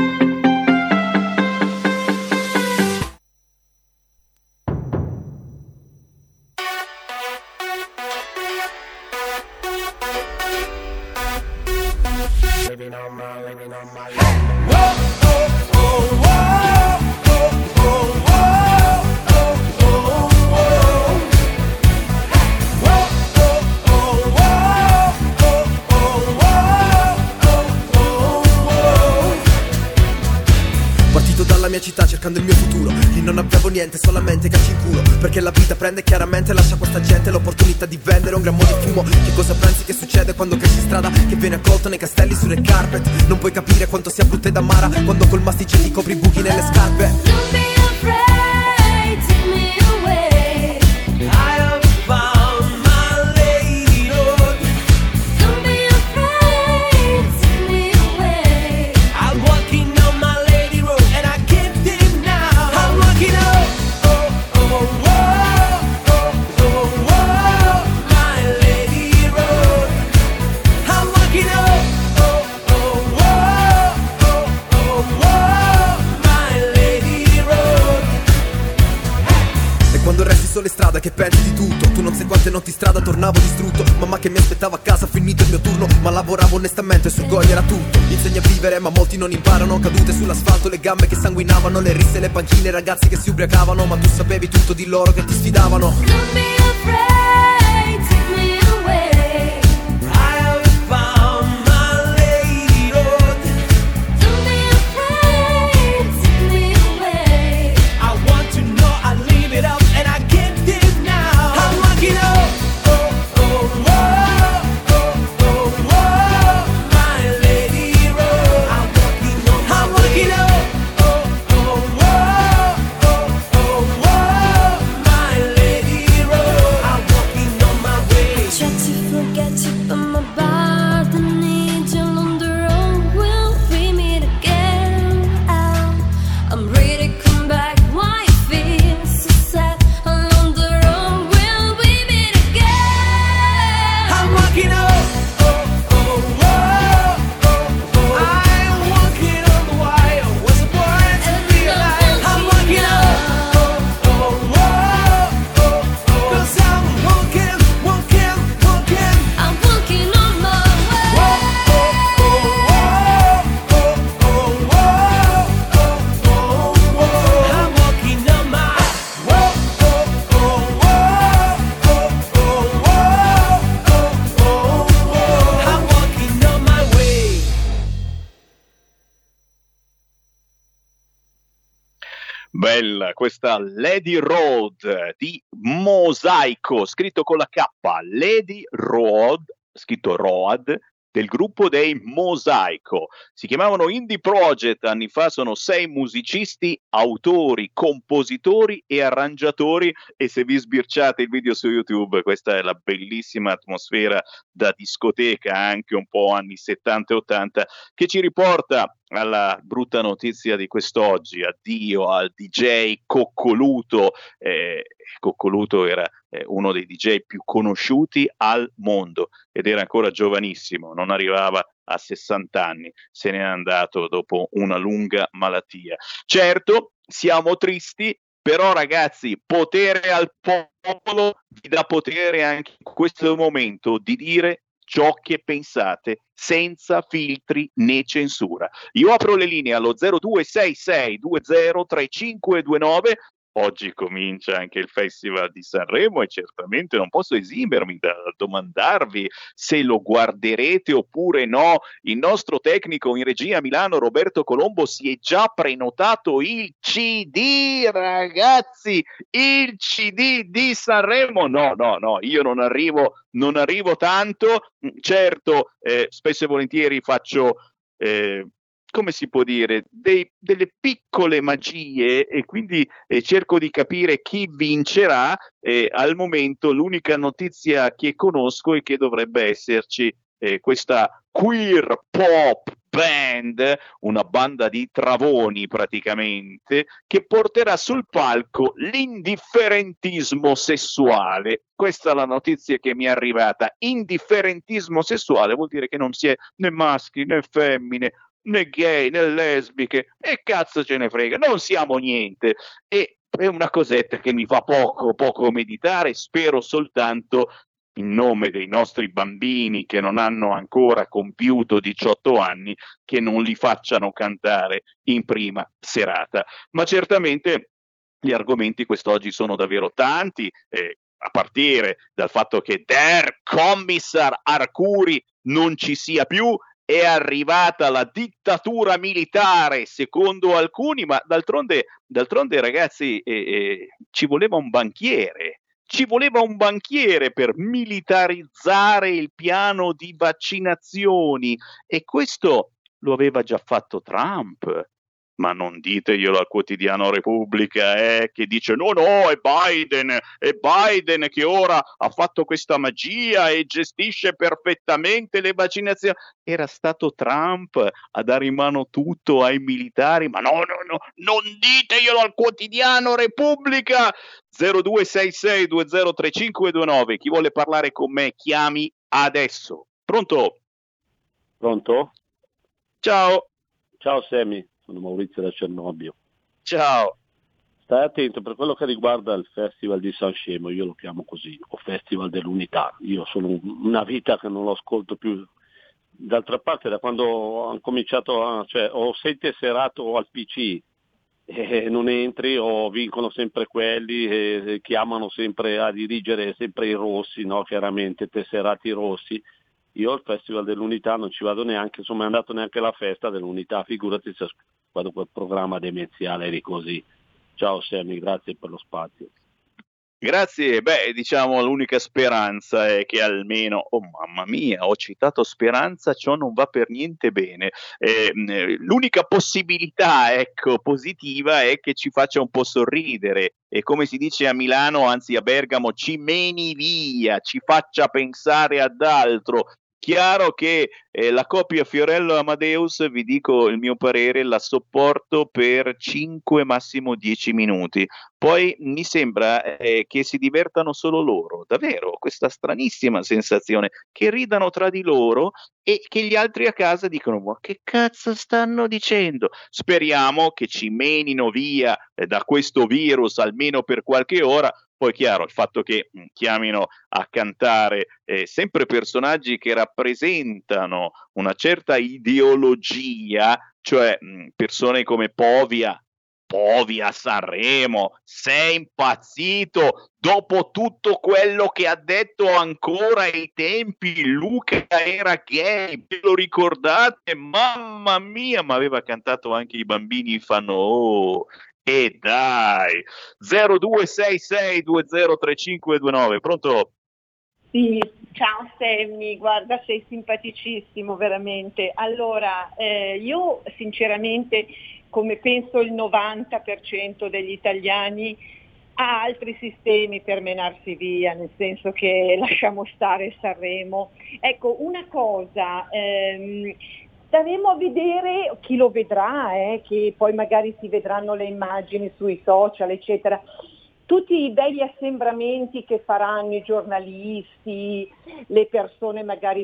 Cercando il mio futuro, lì non avevo niente, solamente calci in culo. Perché la vita prende chiaramente, lascia a questa gente l'opportunità di vendere un grammo di fumo. Che cosa pensi che succede quando cresci in strada? Che viene accolto nei castelli sulle carpet. Non puoi capire quanto sia brutta ed amara quando col mastice ti copri i buchi nelle scarpe. Don't be afraid, take me away. I have found my lady Lord. Don't be afraid, take me away. I'm walking on my lady road and I can't I'm walking up, oh, oh, oh, oh, oh, oh, my lady road. I'm walking up, oh, oh, oh, oh, oh, oh, my lady road. E quando resti solo in strada che pensi di tutto, tu non sai quante notti in strada tornavo distrutto. Mamma che mi aspettava a casa, finito il mio turno, ma lavoravo onestamente, sul Goya era tutto. Insegna a vivere ma molti non imparano, cadute sull'asfalto, le gambe che sanguinavano, le risse, le panchine, ragazzi che si ubriacavano, ma tu sapevi tutto di loro che ti sfidavano. Don't be afraid, take me away. I have found my lady Lord. Don't be afraid, take me away. I want to know, I live it up and I get it now. I'm walking up, oh, oh, oh, oh, oh, oh, my lady road. I'm walking on, I'm walking up. Bella questa Lady Road di Mosaico, scritto con la K, Lady Road, scritto Road, del gruppo dei Mosaico. Si chiamavano Indie Project anni fa, sono sei musicisti, autori, compositori e arrangiatori, e se vi sbirciate il video su YouTube, questa è la bellissima atmosfera da discoteca, anche un po' anni settanta e ottanta, che ci riporta alla brutta notizia di quest'oggi, addio al D J Coccoluto. eh, Coccoluto era eh, uno dei D J più conosciuti al mondo ed era ancora giovanissimo, non arrivava a sessanta anni, se n'è andato dopo una lunga malattia. Certo, siamo tristi, però ragazzi, potere al popolo vi dà potere anche in questo momento di dire ciò che pensate senza filtri né censura. Io apro le linee allo zero due sei sei due zero tre cinque due nove. Oggi comincia anche il Festival di Sanremo e certamente non posso esimermi da domandarvi se lo guarderete oppure no. Il nostro tecnico in regia a Milano, Roberto Colombo, si è già prenotato il C D, ragazzi, il C D di Sanremo. No, no, no, io non arrivo, non arrivo tanto. Certo, eh, spesso e volentieri faccio... Eh, come si può dire, dei, delle piccole magie e quindi eh, cerco di capire chi vincerà. Eh, al momento l'unica notizia che conosco è che dovrebbe esserci eh, questa queer pop band, una banda di travoni praticamente, che porterà sul palco l'indifferentismo sessuale. Questa è la notizia che mi è arrivata. Indifferentismo sessuale vuol dire che non si è né maschi né femmine, né gay né lesbiche, e cazzo ce ne frega, non siamo niente. E è una cosetta che mi fa poco poco meditare. Spero soltanto, in nome dei nostri bambini che non hanno ancora compiuto diciotto anni, che non li facciano cantare in prima serata. Ma certamente gli argomenti quest'oggi sono davvero tanti, eh, a partire dal fatto che Der Kommissar Arcuri non ci sia più. È arrivata la dittatura militare, secondo alcuni, ma d'altronde, d'altronde ragazzi, eh, eh, ci voleva un banchiere. Ci voleva un banchiere per militarizzare il piano di vaccinazioni, e questo lo aveva già fatto Trump. Ma non diteglielo al quotidiano Repubblica, eh, che dice no, no, è Biden, è Biden che ora ha fatto questa magia e gestisce perfettamente le vaccinazioni. Era stato Trump a dare in mano tutto ai militari. Ma no, no, no, non diteglielo al quotidiano Repubblica. zero due sei sei due zero tre cinque due nove. Chi vuole parlare con me chiami adesso. Pronto? Pronto? Ciao. Ciao Sammy. Sono Maurizio da Cernobbio. Ciao. Stai attento per quello che riguarda il Festival di San Scemo, io lo chiamo così, o Festival dell'Unità. Io sono una vita che non lo ascolto più. D'altra parte, da quando ho cominciato a, cioè, ho sette serato al P C e non entri, o vincono sempre quelli e chiamano sempre a dirigere sempre i rossi, no? Chiaramente tesserati rossi. Io al Festival dell'Unità non ci vado neanche, insomma è andato neanche alla festa dell'Unità, figurati se vado quel programma demenziale eri così. Ciao Sammy, grazie per lo spazio. Grazie, beh, diciamo l'unica speranza è che almeno, oh mamma mia, ho citato speranza, ciò non va per niente bene. Eh, l'unica possibilità, ecco, positiva è che ci faccia un po' sorridere, e come si dice a Milano, anzi a Bergamo, ci meni via, ci faccia pensare ad altro. Chiaro che eh, la coppia Fiorello Amadeus, vi dico il mio parere, la sopporto per cinque, massimo dieci minuti. Poi mi sembra eh, che si divertano solo loro, davvero, questa stranissima sensazione, che ridano tra di loro e che gli altri a casa dicono ma che cazzo stanno dicendo? Speriamo che ci menino via eh, da questo virus almeno per qualche ora. Poi chiaro, il fatto che mh, chiamino a cantare eh, sempre personaggi che rappresentano una certa ideologia, cioè mh, persone come Povia, Povia a Sanremo, sei impazzito dopo tutto quello che ha detto ancora ai tempi, Luca era gay, ve lo ricordate? Mamma mia, ma aveva cantato anche I bambini fanno oh. E dai, zero due sei sei due zero tre cinque due nove, pronto? Sì, ciao Sammy, guarda sei simpaticissimo veramente. Allora, eh, io sinceramente, come penso il novanta per cento degli italiani, ha altri sistemi per menarsi via, nel senso che lasciamo stare Sanremo. Ecco, una cosa... Ehm, staremo a vedere chi lo vedrà, eh, che poi magari si vedranno le immagini sui social, eccetera. Tutti i begli assembramenti che faranno i giornalisti, le persone magari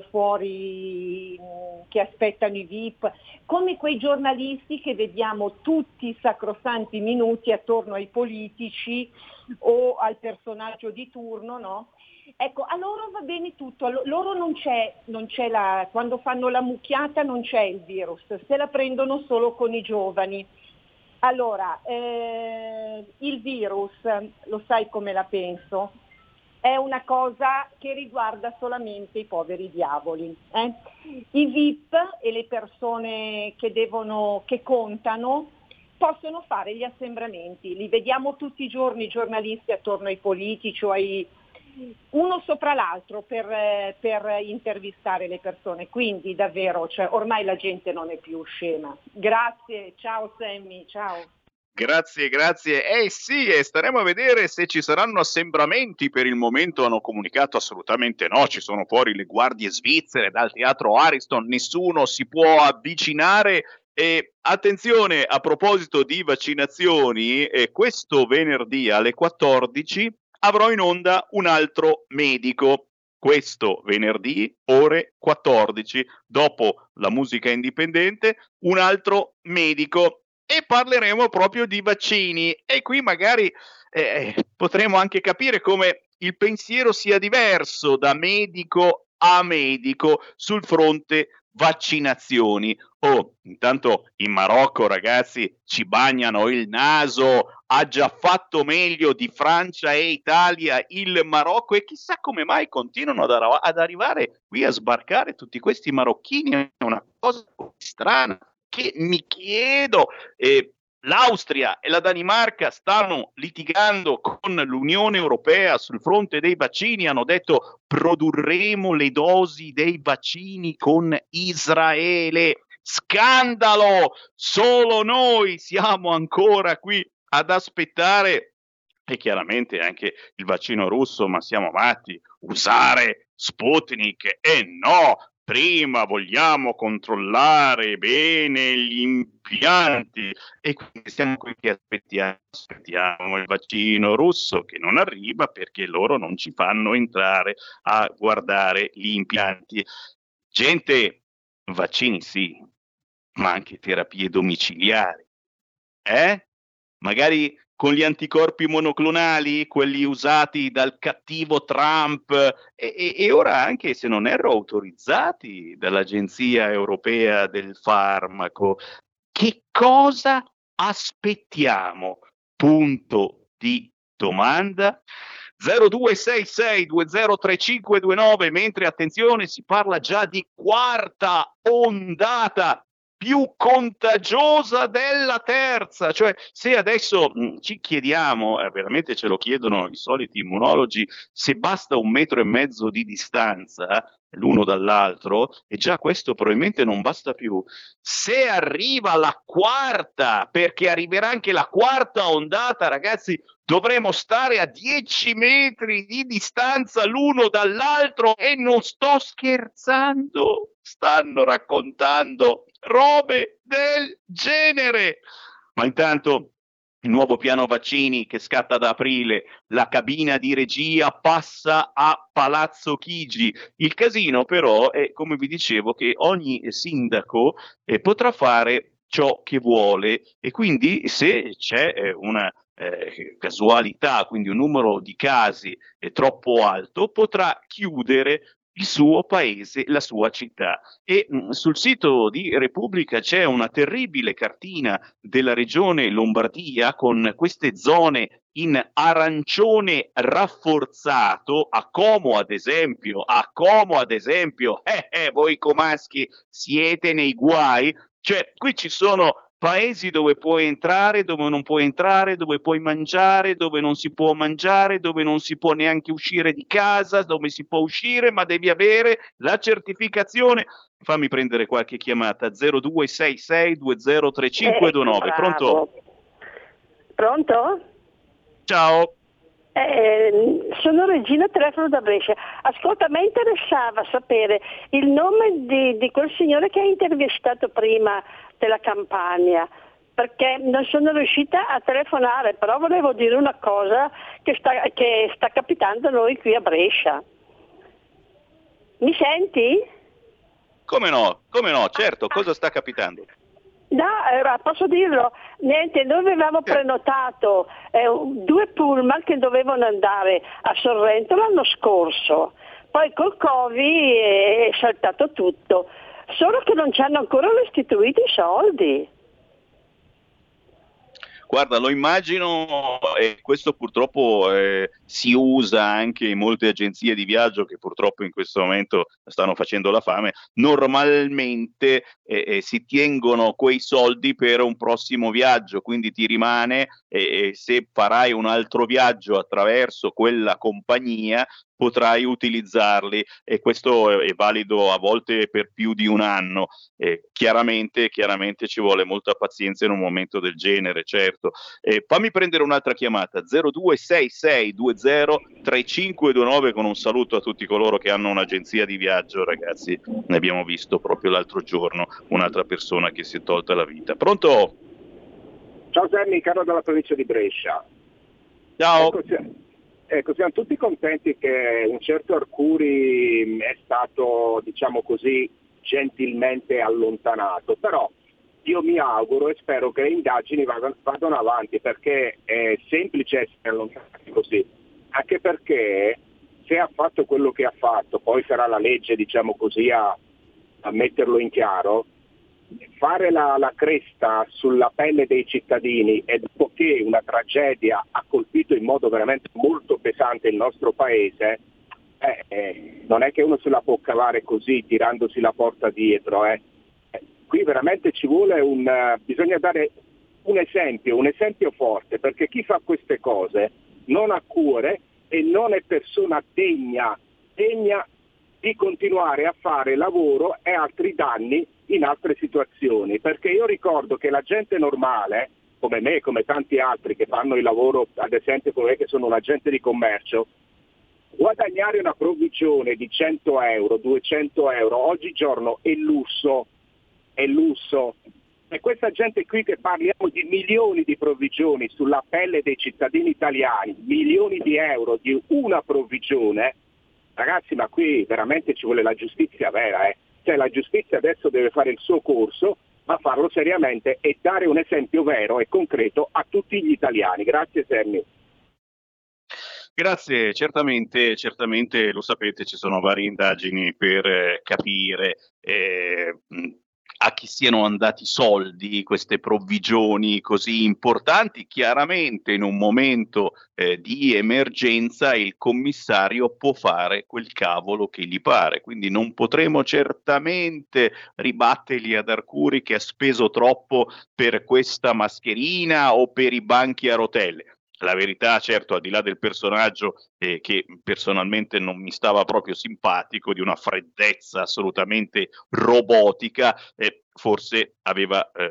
fuori che aspettano i V I P, come quei giornalisti che vediamo tutti i sacrosanti minuti attorno ai politici o al personaggio di turno, no? Ecco, a loro va bene tutto, a loro non c'è, non c'è la, quando fanno la mucchiata non c'è il virus, se la prendono solo con i giovani. Allora, eh, il virus, lo sai come la penso, è una cosa che riguarda solamente i poveri diavoli. Eh? I V I P e le persone che devono, che contano, possono fare gli assembramenti, li vediamo tutti i giorni i giornalisti attorno ai politici o ai uno sopra l'altro per, per intervistare le persone, quindi davvero, cioè, ormai la gente non è più scema. Grazie, ciao Sammy, ciao. Grazie, grazie. Eh sì, e staremo a vedere se ci saranno assembramenti. Per il momento hanno comunicato assolutamente no, ci sono fuori le guardie svizzere dal teatro Ariston, nessuno si può avvicinare. E attenzione, a proposito di vaccinazioni, eh, questo venerdì alle quattordici avrò in onda un altro medico. Questo venerdì, ore quattordici, dopo la musica indipendente, un altro medico. E parleremo proprio di vaccini, e qui magari eh, potremo anche capire come il pensiero sia diverso da medico a medico sul fronte vaccinazioni. Oh, intanto in Marocco, ragazzi, ci bagnano il naso, ha già fatto meglio di Francia e Italia il Marocco, e chissà come mai continuano ad, ar- ad arrivare qui a sbarcare tutti questi marocchini. È una cosa strana che mi chiedo. eh, L'Austria e la Danimarca stanno litigando con l'Unione Europea sul fronte dei vaccini, hanno detto produrremo le dosi dei vaccini con Israele. Scandalo! Solo noi siamo ancora qui ad aspettare. E chiaramente anche il vaccino russo, ma siamo matti, usare Sputnik, e eh no! Prima vogliamo controllare bene gli impianti, e quindi stiamo qui che aspettiamo, aspettiamo il vaccino russo che non arriva perché loro non ci fanno entrare a guardare gli impianti. Gente, vaccini sì, ma anche terapie domiciliari, eh? Magari con gli anticorpi monoclonali, quelli usati dal cattivo Trump, e, e, e ora anche, se non erro, autorizzati dall'Agenzia Europea del Farmaco. Che cosa aspettiamo? Punto di domanda. zero due sei sei due zero tre cinque due nove, mentre attenzione, si parla già di quarta ondata, più contagiosa della terza. Cioè, se adesso mh, ci chiediamo, eh, veramente ce lo chiedono i soliti immunologi, se basta un metro e mezzo di distanza l'uno dall'altro, e già questo probabilmente non basta più. Se arriva la quarta, perché arriverà anche la quarta ondata, ragazzi, dovremo stare a dieci metri di distanza l'uno dall'altro, e non sto scherzando, stanno raccontando robe del genere. Ma intanto il nuovo piano vaccini che scatta da aprile, la cabina di regia passa a Palazzo Chigi. Il casino però è, come vi dicevo, che ogni sindaco eh, potrà fare ciò che vuole, e quindi se c'è eh, una eh, casualità, quindi un numero di casi è troppo alto, potrà chiudere il suo paese, la sua città. E mh, sul sito di Repubblica c'è una terribile cartina della regione Lombardia con queste zone in arancione rafforzato. A Como, ad esempio, a Como, ad esempio, eh, eh, voi comaschi siete nei guai. Cioè, qui ci sono paesi dove puoi entrare, dove non puoi entrare, dove puoi mangiare, dove non si può mangiare, dove non si può neanche uscire di casa, dove si può uscire, ma devi avere la certificazione. Fammi prendere qualche chiamata. zero due sei sei due zero tre cinque due nove. Eh, Pronto? Pronto? Ciao. Eh, sono Regina, telefono da Brescia. Ascolta, mi interessava sapere il nome di, di quel signore che hai intervistato prima della Campania, perché non sono riuscita a telefonare, però volevo dire una cosa che sta, che sta capitando a noi qui a Brescia. Mi senti? Come no, come no, certo, cosa sta capitando? No, eh, posso dirlo? Niente, noi avevamo prenotato eh, due pullman che dovevano andare a Sorrento l'anno scorso, poi col Covid è saltato tutto, solo che non ci hanno ancora restituito i soldi. Guarda, lo immagino, e questo purtroppo eh, si usa anche in molte agenzie di viaggio che purtroppo in questo momento stanno facendo la fame. Normalmente eh, eh, si tengono quei soldi per un prossimo viaggio, quindi ti rimane, eh, se farai un altro viaggio attraverso quella compagnia, potrai utilizzarli, e questo è valido a volte per più di un anno. Eh, chiaramente, chiaramente ci vuole molta pazienza in un momento del genere, certo. Eh, fammi prendere un'altra chiamata, zero due sei sei due zero tre cinque due nove, con un saluto a tutti coloro che hanno un'agenzia di viaggio, ragazzi. Ne abbiamo visto proprio l'altro giorno un'altra persona che si è tolta la vita. Pronto? Ciao Sammy, Carlo dalla provincia di Brescia. Ciao. Ecco, ecco, siamo tutti contenti che un certo Arcuri è stato, diciamo così, gentilmente allontanato, però io mi auguro e spero che le indagini vadano, vadano avanti, perché è semplice essere allontanati così, anche perché se ha fatto quello che ha fatto, poi sarà la legge, diciamo così, a, a metterlo in chiaro. Fare la, la cresta sulla pelle dei cittadini, e dopo che una tragedia ha colpito in modo veramente molto pesante il nostro paese, eh, eh, non è che uno se la può cavare così tirandosi la porta dietro. Eh. Eh, qui veramente ci vuole un, uh, bisogna dare un esempio, un esempio forte, perché chi fa queste cose non ha cuore e non è persona degna, degna di continuare a fare lavoro e altri danni in altre situazioni, perché io ricordo che la gente normale, come me, come tanti altri che fanno il lavoro, ad esempio come me che sono un agente di commercio, guadagnare una provvigione di cento euro, duecento euro, oggigiorno è lusso, è lusso. E questa gente qui, che parliamo di milioni di provvigioni sulla pelle dei cittadini italiani, milioni di euro di una provvigione, ragazzi, ma qui veramente ci vuole la giustizia vera, eh. Cioè la giustizia adesso deve fare il suo corso, ma farlo seriamente e dare un esempio vero e concreto a tutti gli italiani. Grazie Sammy. Grazie, certamente, certamente lo sapete, ci sono varie indagini per eh, capire eh, a chi siano andati soldi, queste provvigioni così importanti. Chiaramente in un momento eh, di emergenza il commissario può fare quel cavolo che gli pare, quindi non potremo certamente ribattergli ad Arcuri che ha speso troppo per questa mascherina o per i banchi a rotelle. La verità, certo, al di là del personaggio eh, che personalmente non mi stava proprio simpatico, di una freddezza assolutamente robotica, eh, forse aveva eh,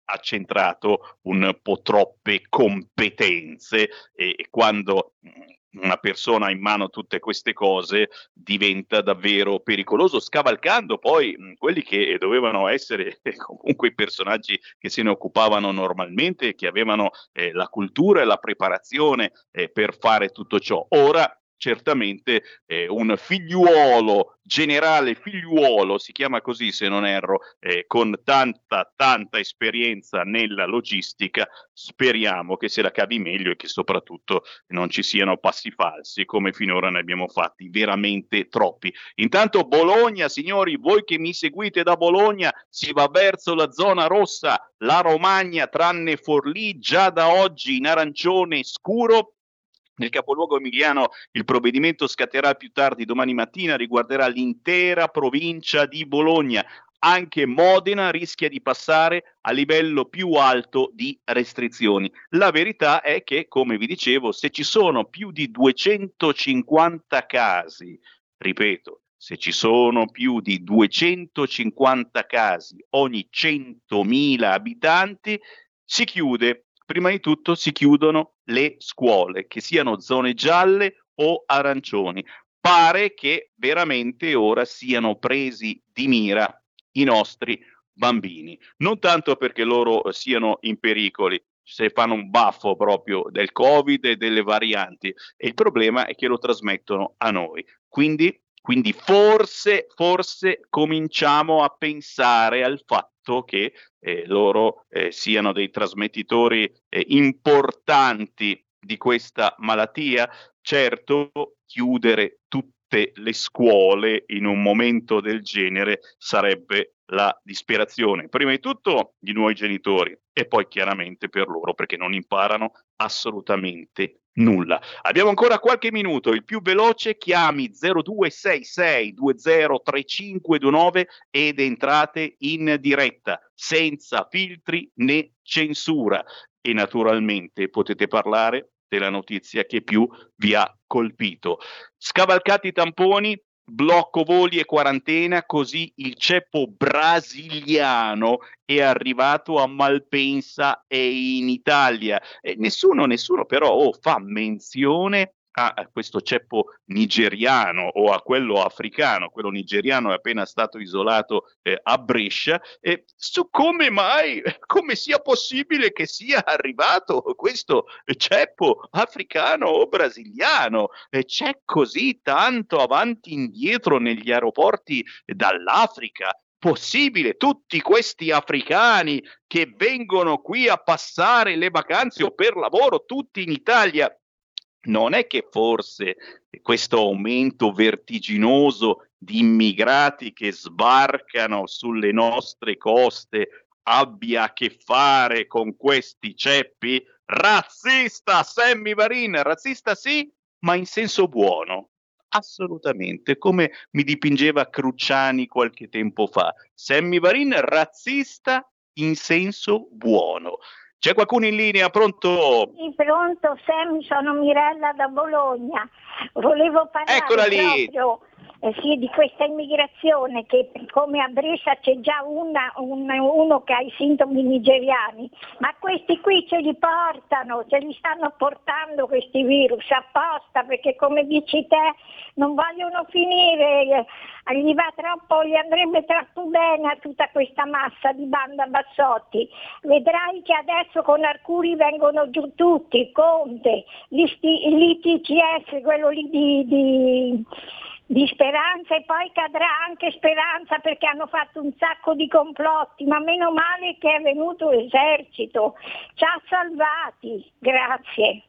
accentrato un po' troppe competenze, e, e quando una persona ha in mano tutte queste cose diventa davvero pericoloso, scavalcando poi mh, quelli che dovevano essere eh, comunque i personaggi che se ne occupavano normalmente, che avevano eh, la cultura e la preparazione eh, per fare tutto ciò. Ora certamente eh, un figliuolo, generale figliuolo, si chiama così se non erro, eh, con tanta tanta esperienza nella logistica, speriamo che se la cavi meglio e che soprattutto non ci siano passi falsi come finora ne abbiamo fatti veramente troppi. Intanto Bologna, signori, voi che mi seguite da Bologna, si va verso la zona rossa, la Romagna tranne Forlì già da oggi in arancione scuro. Nel capoluogo emiliano il provvedimento scatterà più tardi domani mattina, riguarderà l'intera provincia di Bologna. Anche Modena rischia di passare a livello più alto di restrizioni. La verità è che, come vi dicevo, se ci sono più di duecentocinquanta casi, ripeto, se ci sono più di duecentocinquanta casi ogni centomila abitanti, si chiude. Prima di tutto si chiudono le scuole, che siano zone gialle o arancioni. Pare che veramente ora siano presi di mira i nostri bambini, non tanto perché loro siano in pericoli, se fanno un baffo proprio del Covid e delle varianti, e il problema è che lo trasmettono a noi. Quindi, quindi forse, forse cominciamo a pensare al fatto che eh, loro eh, siano dei trasmettitori eh, importanti di questa malattia. Certo, chiudere tutte le scuole in un momento del genere sarebbe la disperazione, prima di tutto di nuovi genitori e poi chiaramente per loro, perché non imparano assolutamente nulla. Abbiamo ancora qualche minuto, il più veloce chiami zero due sei sei due zero tre cinque due nove ed entrate in diretta senza filtri né censura, e naturalmente potete parlare della notizia che più vi ha colpito. Scavalcati i tamponi, blocco voli e quarantena, così il ceppo brasiliano è arrivato a Malpensa e in Italia. E nessuno, nessuno però oh, fa menzione a questo ceppo nigeriano o a quello africano. Quello nigeriano è appena stato isolato eh, a Brescia, e su come mai, come sia possibile che sia arrivato questo ceppo africano o brasiliano. E c'è così tanto avanti e indietro negli aeroporti dall'Africa. Possibile? Tutti questi africani che vengono qui a passare le vacanze o per lavoro, tutti in Italia. Non è che forse questo aumento vertiginoso di immigrati che sbarcano sulle nostre coste abbia a che fare con questi ceppi? Razzista, Sammy Varin, razzista sì, ma in senso buono. Assolutamente, come mi dipingeva Cruciani qualche tempo fa. Sammy Varin, razzista in senso buono. C'è qualcuno in linea? Pronto? Sì, pronto, Sam, sono Mirella da Bologna. Volevo parlare Eccola lì. proprio eh, sì, di questa immigrazione, che come a Brescia c'è già una, un, uno che ha i sintomi nigeriani, ma questi qui ce li portano, ce li stanno portando questi virus apposta, perché come dici te non vogliono finire, eh, gli va troppo, gli andrebbe troppo bene a tutta questa massa di banda bassotti. Vedrai che adesso con Arcuri vengono giù tutti, Conte, l'I T C S, quello lì di, di, di Speranza, e poi cadrà anche Speranza perché hanno fatto un sacco di complotti, ma meno male che è venuto l'esercito, ci ha salvati, grazie.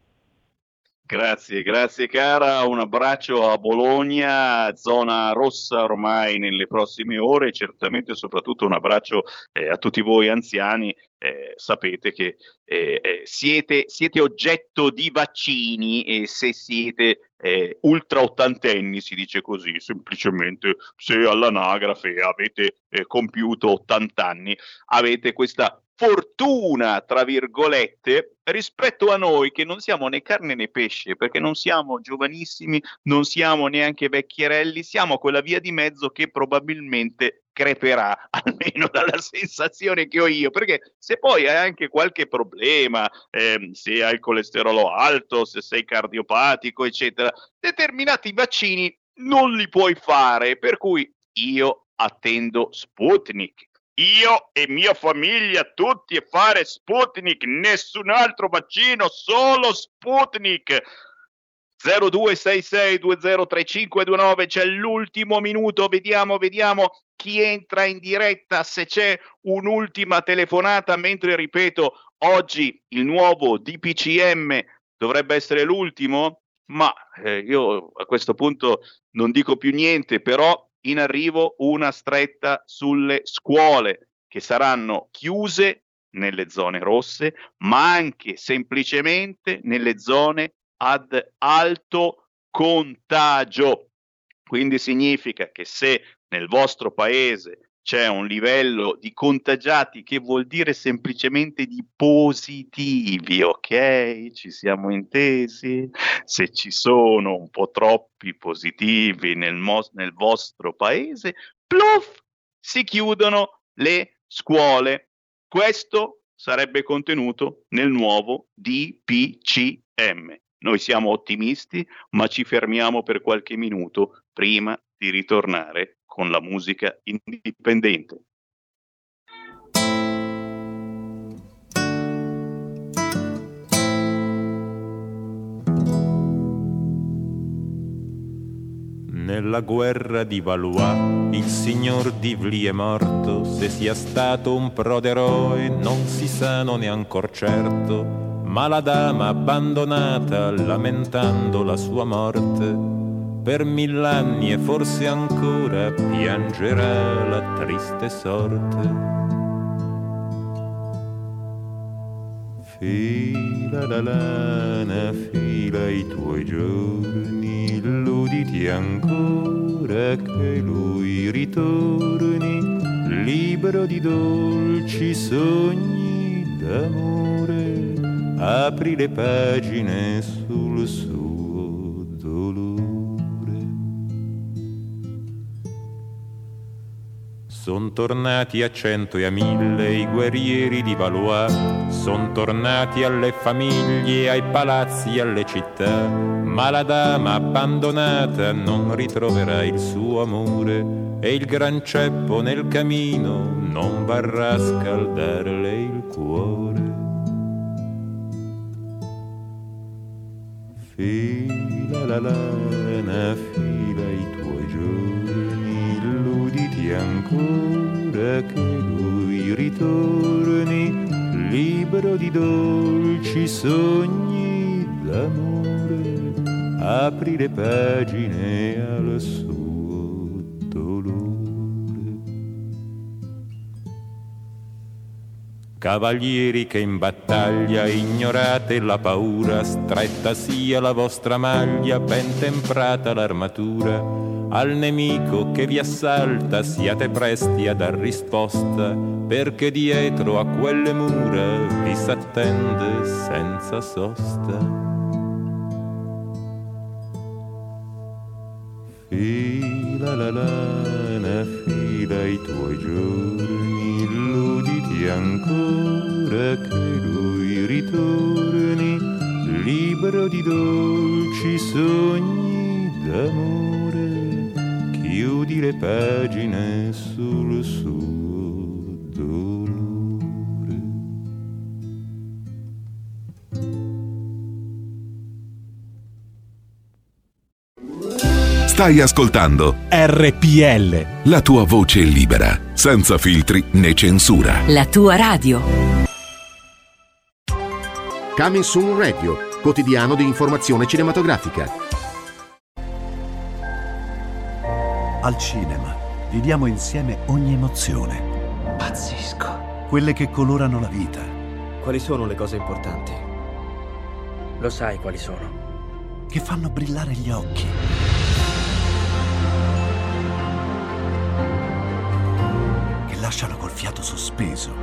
Grazie, grazie cara, un abbraccio a Bologna, zona rossa ormai nelle prossime ore, certamente soprattutto un abbraccio eh, a tutti voi anziani. Eh, sapete che eh, eh, siete, siete oggetto di vaccini, e se siete eh, ultra ottantenni, si dice così, semplicemente se all'anagrafe avete eh, compiuto ottanta anni, avete questa fortuna, tra virgolette, rispetto a noi che non siamo né carne né pesce, perché non siamo giovanissimi, non siamo neanche vecchierelli, siamo quella via di mezzo che probabilmente creperà, almeno dalla sensazione che ho io, perché se poi hai anche qualche problema, eh, se hai il colesterolo alto, se sei cardiopatico, eccetera, determinati vaccini non li puoi fare, per cui io attendo Sputnik. Io e mia famiglia tutti a fare Sputnik, nessun altro vaccino, solo Sputnik. zero due sei sei due zero tre cinque due nove, c'è l'ultimo minuto, vediamo, vediamo chi entra in diretta, se c'è un'ultima telefonata, mentre ripeto, oggi il nuovo D P C M dovrebbe essere l'ultimo, ma eh, io a questo punto non dico più niente, però in arrivo una stretta sulle scuole che saranno chiuse nelle zone rosse, ma anche semplicemente nelle zone ad alto contagio. Quindi significa che se nel vostro paese c'è un livello di contagiati, che vuol dire semplicemente di positivi, ok? Ci siamo intesi? Se ci sono un po' troppi positivi nel, mo- nel vostro paese, pluff, si chiudono le scuole. Questo sarebbe contenuto nel nuovo D P C M. Noi siamo ottimisti, ma ci fermiamo per qualche minuto prima di ritornare con la musica indipendente. Nella guerra di Valois il signor Divli è morto, se sia stato un proderoe non si sa, non è ancor certo, ma la dama abbandonata, lamentando la sua morte, per mill'anni e forse ancora piangerà la triste sorte. Fila la lana, fila i tuoi giorni, illuditi ancora che lui ritorni, libero di dolci sogni d'amore. apri le pagine sul suo dolore. Son tornati a cento e a mille i guerrieri di Valois, son tornati alle famiglie, ai palazzi, alle città, ma la dama abbandonata non ritroverà il suo amore e il gran ceppo nel camino non varrà a scaldarle il cuore. Fila la lana, fila i tuoi giorni, illuditi ancora che lui ritorni, libero di dolci sogni d'amore, apri le pagine al suo dolore. Cavalieri che in battaglia ignorate la paura, stretta sia la vostra maglia, ben temprata l'armatura, al nemico che vi assalta siate presti a dar risposta, perché dietro a quelle mura vi s'attende senza sosta. Fila la lana, fila i tuoi giorni, illuditi ancora che lui ritorni, libero di dolci sogni d'amore, chiudi le pagine sul suo dolore. Stai ascoltando R P L, la tua voce libera, senza filtri né censura. La tua radio. Coming Soon Radio, quotidiano di informazione cinematografica. Al cinema viviamo insieme ogni emozione. Pazzesco. Quelle che colorano la vita. Quali sono le cose importanti? Lo sai quali sono? Che fanno brillare gli occhi. Che lasciano col fiato sospeso.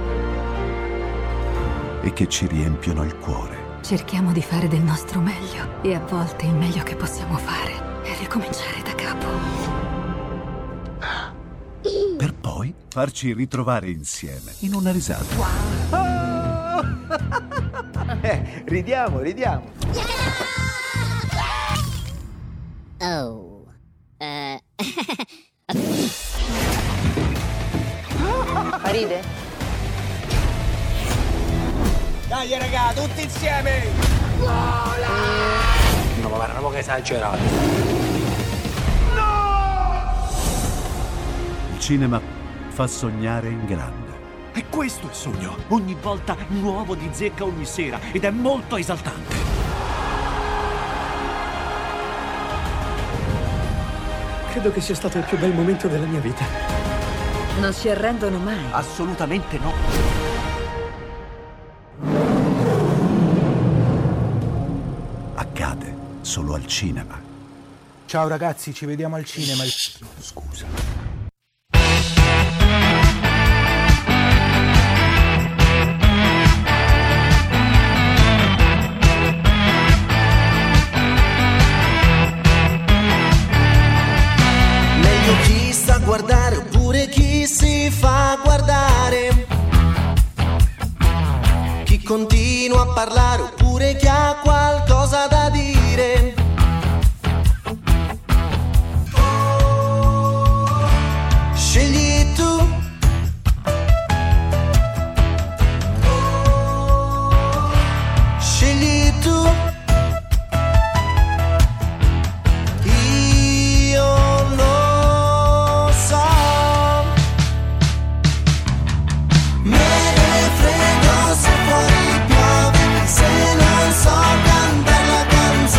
E che ci riempiono il cuore. Cerchiamo di fare del nostro meglio e a volte il meglio che possiamo fare è ricominciare da capo. Per poi farci ritrovare insieme in una risata. Wow. eh, ridiamo, ridiamo. Oh. Uh. Ride? Dai raga, tutti insieme! Vola! No, ma guarda, un po' che esagerato. Il cinema fa sognare in grande. E questo è il sogno. Ogni volta nuovo di zecca ogni sera ed è molto esaltante. Credo che sia stato il più bel momento della mia vita. Non si arrendono mai. Assolutamente no. Accade solo al cinema. Ciao ragazzi, ci vediamo al cinema. Scusa. Chi sa guardare oppure chi si fa guardare, chi continua a parlare oppure chi ha qualcosa da dire. Scegli tu. Scegli tu. Se non so cantare la canzone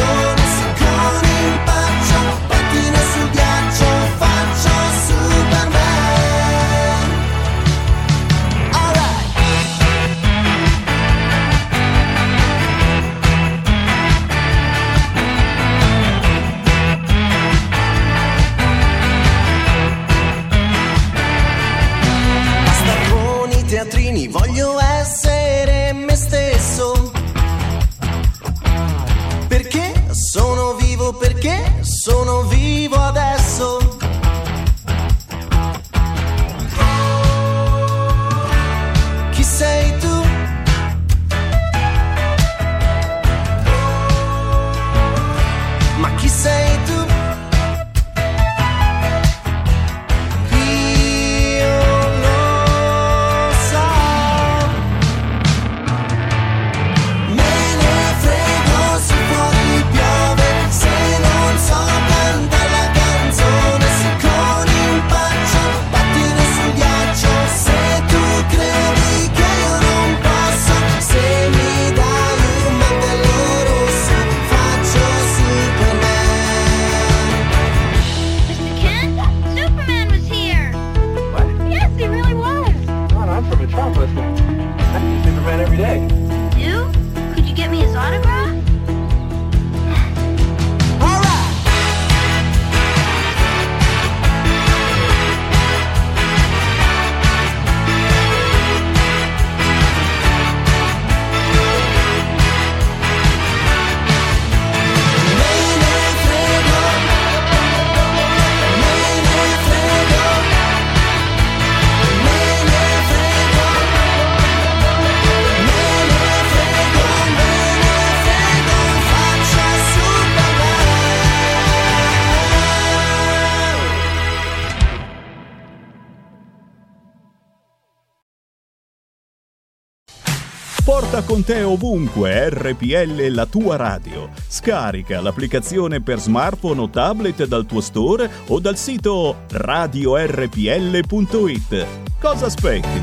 Porta con te ovunque R P L, la tua radio. Scarica l'applicazione per smartphone o tablet dal tuo store o dal sito radio r p l punto i t. Cosa aspetti?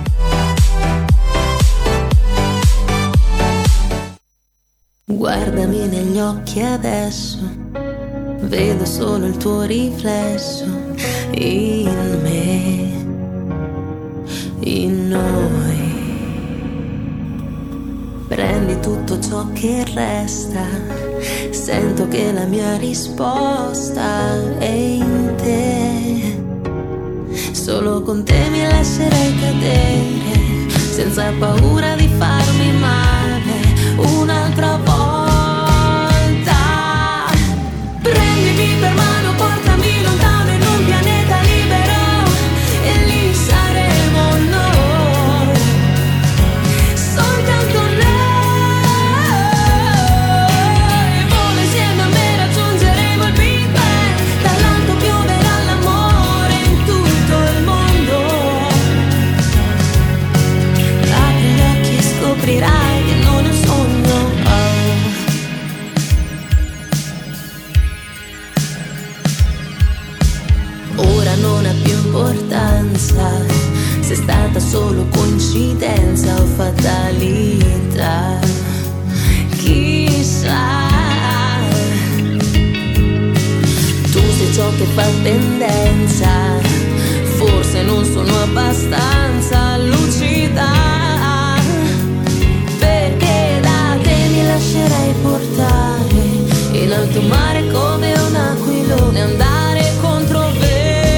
Guardami negli occhi adesso, vedo solo il tuo riflesso in me, in noi. Prendi tutto ciò che resta, sento che la mia risposta è in te. Solo con te mi lascerei cadere, senza paura di farmi male un'altra volta. Prendimi per mano, portami lontano in un pianeta libero, e lì saremo noi, soltanto noi. Vola insieme a me, raggiungeremo il Big Bang, dall'alto pioverà l'amore in tutto il mondo. Apri gli occhi e scoprirai che non è un sogno. Oh. Ora non ha più importanza se è stata solo coincidenza o fatalità. Chissà, tu sei ciò che fa tendenza, forse non sono abbastanza lucida, perché da te mi lascerei portare in alto mare come un aquilone, andare contro vento.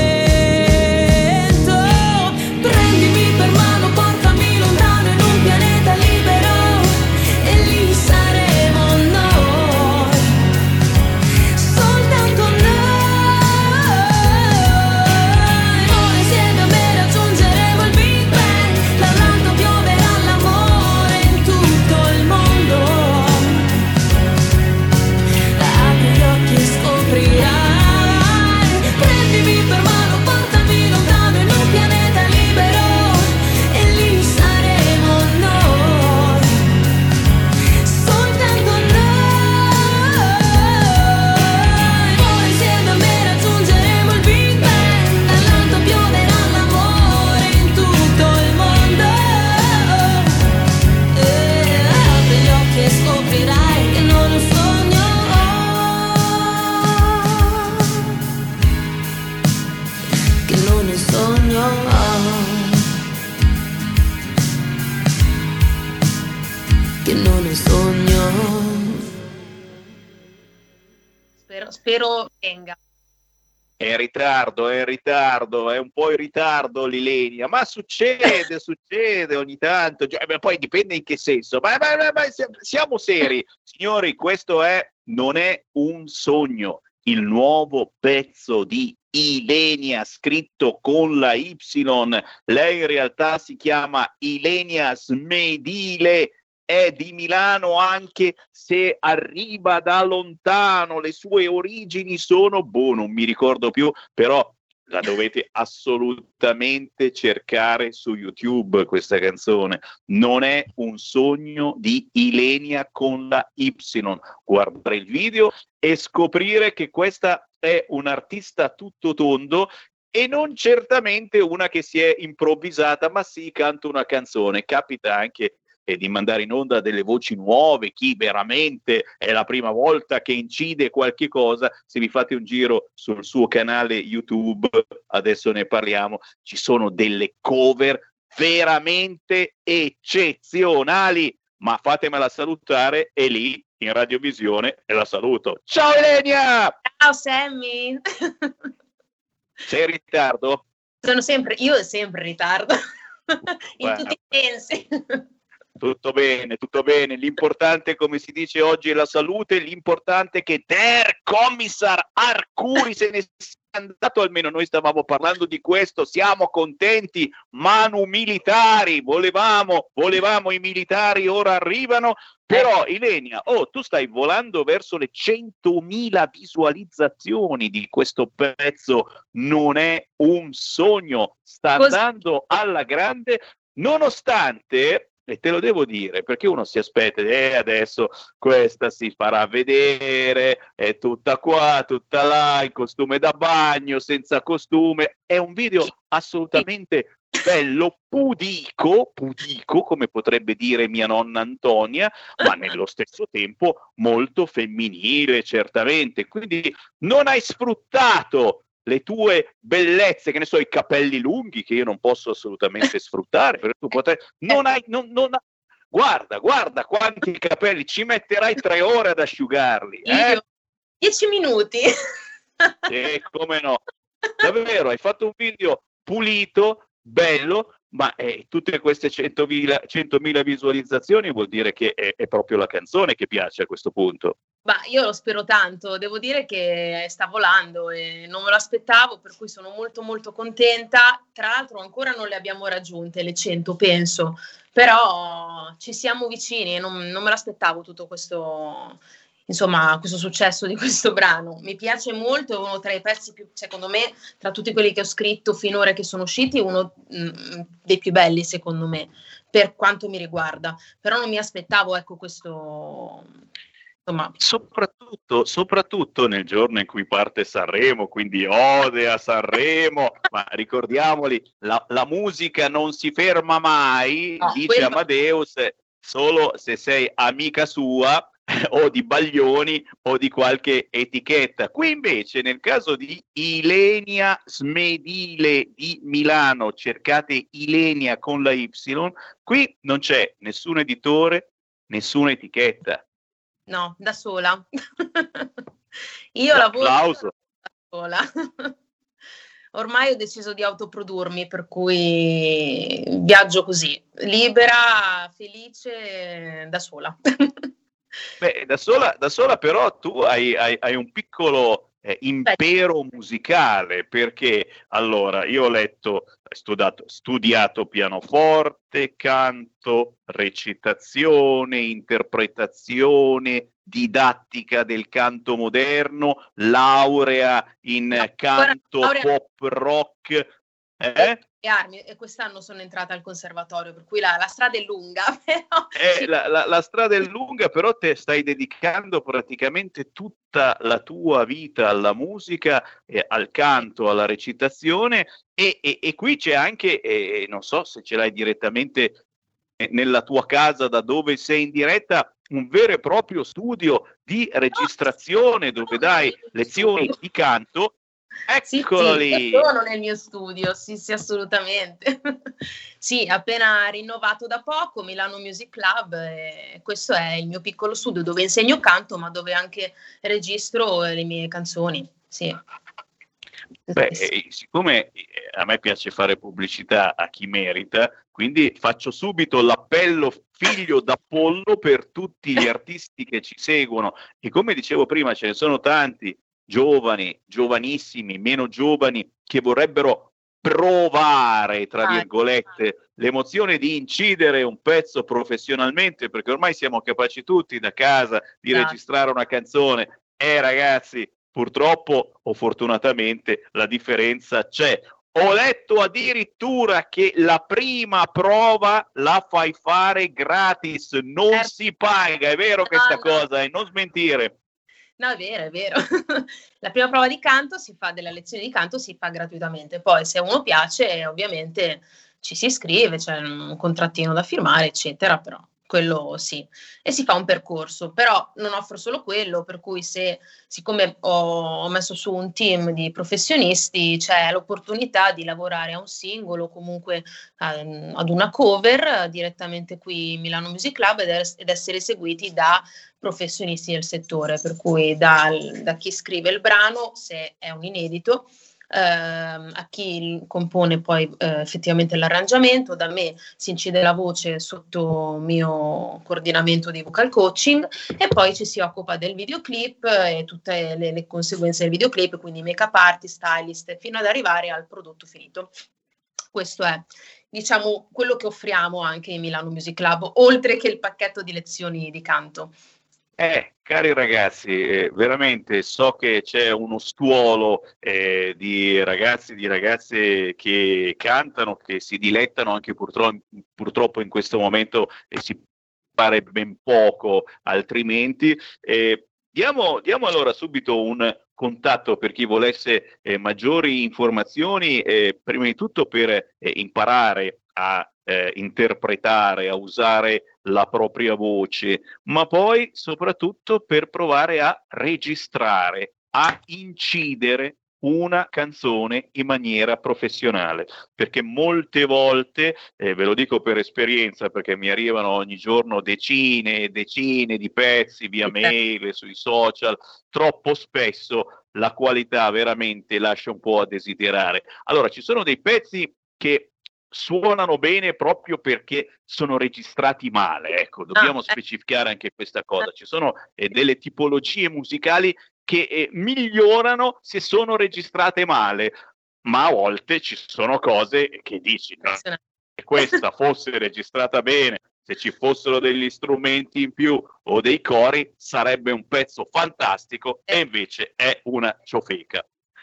Prendimi per mano, portami lontano in un pianeta libero, e lì saremo noi, soltanto noi. Vola insieme a me, raggiungeremo il Big Bang, dall'alto pioverà l'amore in tutto il mondo. Apri gli occhi e scoprirai. Prendimi per mano, portami lontano in un pianeta libero, e lì saremo noi, soltanto noi. Vola insieme a me, raggiungeremo il Big Bang, dall'alto pioverà l'amore in tutto il mondo. E apri gli occhi e scoprirai che non è un sogno, che non è un sogno, che non è un sogno. Spero, spero venga. È in ritardo, è in ritardo, è un po' in ritardo l'Ilenia, ma succede, succede ogni tanto, cioè, beh, poi dipende in che senso, ma, ma, ma, ma siamo seri, signori, questo è, non è un sogno, il nuovo pezzo di Ilenia, scritto con la Y, lei in realtà si chiama Ilenia Smedile, è di Milano anche se arriva da lontano, le sue origini sono, boh, non mi ricordo più, però la dovete assolutamente cercare su YouTube questa canzone. Non è un sogno di Ilenia con la Y. Guardare il video e scoprire che questa è un'artista tutto tondo e non certamente una che si è improvvisata, ma sì, canta una canzone. Capita anche e di mandare in onda delle voci nuove, chi veramente è la prima volta che incide qualche cosa. Se vi fate un giro sul suo canale YouTube, adesso ne parliamo, ci sono delle cover veramente eccezionali, ma fatemela salutare, è lì in radiovisione e la saluto. Ciao Ilenia! Ciao Sammy! Sei in ritardo? Sono sempre, io sempre in ritardo, in tutti i sensi. Tutto bene, tutto bene. L'importante, come si dice oggi, è la salute. L'importante è che Der Kommissar Arcuri se ne sia andato, almeno noi stavamo parlando di questo. Siamo contenti. Manu militari, volevamo, volevamo i militari, ora arrivano. Però Ilenia, oh, tu stai volando verso le centomila visualizzazioni di questo pezzo. Non è un sogno, sta andando alla grande, nonostante e te lo devo dire, perché uno si aspetta, eh, adesso questa si farà vedere, è tutta qua, tutta là, in costume da bagno, senza costume, è un video assolutamente bello, pudico, pudico, come potrebbe dire mia nonna Antonia, ma nello stesso tempo molto femminile, certamente, quindi non hai sfruttato le tue bellezze, che ne so, i capelli lunghi che io non posso assolutamente sfruttare, perché tu potrai, non hai, non, non, guarda, guarda quanti capelli, ci metterai tre ore ad asciugarli, eh? Io? Dieci minuti. Sì, come no, davvero, hai fatto un video pulito, bello, ma eh, tutte queste centomila, centomila visualizzazioni vuol dire che è, è proprio la canzone che piace a questo punto. Ma io lo spero tanto, devo dire che sta volando e non me lo aspettavo, per cui sono molto molto contenta. Tra l'altro ancora non le abbiamo raggiunte, le cento penso, però ci siamo vicini e non, non me l'aspettavo tutto questo, insomma, questo successo di questo brano. Mi piace molto, è uno tra i pezzi più, secondo me, tra tutti quelli che ho scritto finora che sono usciti, uno mh, dei più belli secondo me, per quanto mi riguarda. Però non mi aspettavo, ecco, questo... Insomma. Soprattutto, soprattutto nel giorno in cui parte Sanremo, quindi ode a Sanremo, ma ricordiamoli, la, la musica non si ferma mai, no, dice quello... Amadeus, solo se sei amica sua o di Baglioni o di qualche etichetta. Qui invece nel caso di Ilenia Smedile di Milano, cercate Ilenia con la Y, qui non c'è nessun editore, nessuna etichetta. No, da sola. Io lavoro da sola. Ormai ho deciso di autoprodurmi, per cui viaggio così, libera, felice, da sola. Beh, da sola, da sola però tu hai, hai, hai un piccolo eh, impero musicale, perché allora io ho letto, studiato, studiato pianoforte, canto, recitazione, interpretazione, didattica del canto moderno, laurea in no, canto laurea... pop rock. Eh? E quest'anno sono entrata al conservatorio, per cui la, la strada è lunga. Però... Eh, la, la, la strada è lunga, però te stai dedicando praticamente tutta la tua vita alla musica, eh, al canto, alla recitazione e, e, e qui c'è anche, eh, non so se ce l'hai direttamente nella tua casa da dove sei in diretta, un vero e proprio studio di registrazione dove dai lezioni di canto. Eccolo sì, lì! Sì, sono nel mio studio, sì, sì, assolutamente. Sì, appena rinnovato da poco, Milano Music Club, e questo è il mio piccolo studio dove insegno canto, ma dove anche registro le mie canzoni, sì. Beh, siccome a me piace fare pubblicità a chi merita, quindi faccio subito l'appello figlio d'Apollo per tutti gli artisti che ci seguono e come dicevo prima ce ne sono tanti giovani, giovanissimi, meno giovani, che vorrebbero provare, tra virgolette, l'emozione di incidere un pezzo professionalmente, perché ormai siamo capaci tutti da casa di no. registrare una canzone. Eh ragazzi, purtroppo o fortunatamente la differenza c'è. Ho letto addirittura che la prima prova la fai fare gratis, non eh. si paga, è vero questa no, cosa, e non smentire. No, è vero, è vero. La prima prova di canto si fa, della lezione di canto si fa gratuitamente, poi se a uno piace ovviamente ci si iscrive, c'è un contrattino da firmare, eccetera, però quello sì, e si fa un percorso, però non offro solo quello, per cui se, siccome ho, ho messo su un team di professionisti, c'è l'opportunità di lavorare a un singolo, comunque um, ad una cover direttamente qui in Milano Music Club ed, es- ed essere seguiti da professionisti del settore, per cui da, da chi scrive il brano, se è un inedito, Uh, a chi compone poi uh, effettivamente l'arrangiamento, da me si incide la voce sotto mio coordinamento di vocal coaching e poi ci si occupa del videoclip e tutte le, le conseguenze del videoclip, quindi make-up artist, stylist, fino ad arrivare al prodotto finito. Questo è, diciamo, quello che offriamo anche in Milano Music Club, oltre che il pacchetto di lezioni di canto. Eh, cari ragazzi, eh, veramente so che c'è uno stuolo eh, di ragazzi e di ragazze che cantano, che si dilettano anche purtroppo, purtroppo in questo momento e si pare ben poco altrimenti. Eh, diamo, diamo allora subito un contatto per chi volesse eh, maggiori informazioni, eh, prima di tutto per eh, imparare a eh, interpretare, a usare la propria voce, ma poi soprattutto per provare a registrare, a incidere una canzone in maniera professionale, perché molte volte, eh, ve lo dico per esperienza, perché mi arrivano ogni giorno decine e decine di pezzi via mail, sui social, troppo spesso la qualità veramente lascia un po' a desiderare. Allora, ci sono dei pezzi che suonano bene proprio perché sono registrati male, ecco, dobbiamo specificare anche questa cosa. Ci sono eh, delle tipologie musicali che eh, migliorano se sono registrate male, ma a volte ci sono cose che dici, no? Se questa fosse registrata bene, se ci fossero degli strumenti in più o dei cori, sarebbe un pezzo fantastico, e invece è una ciofeca.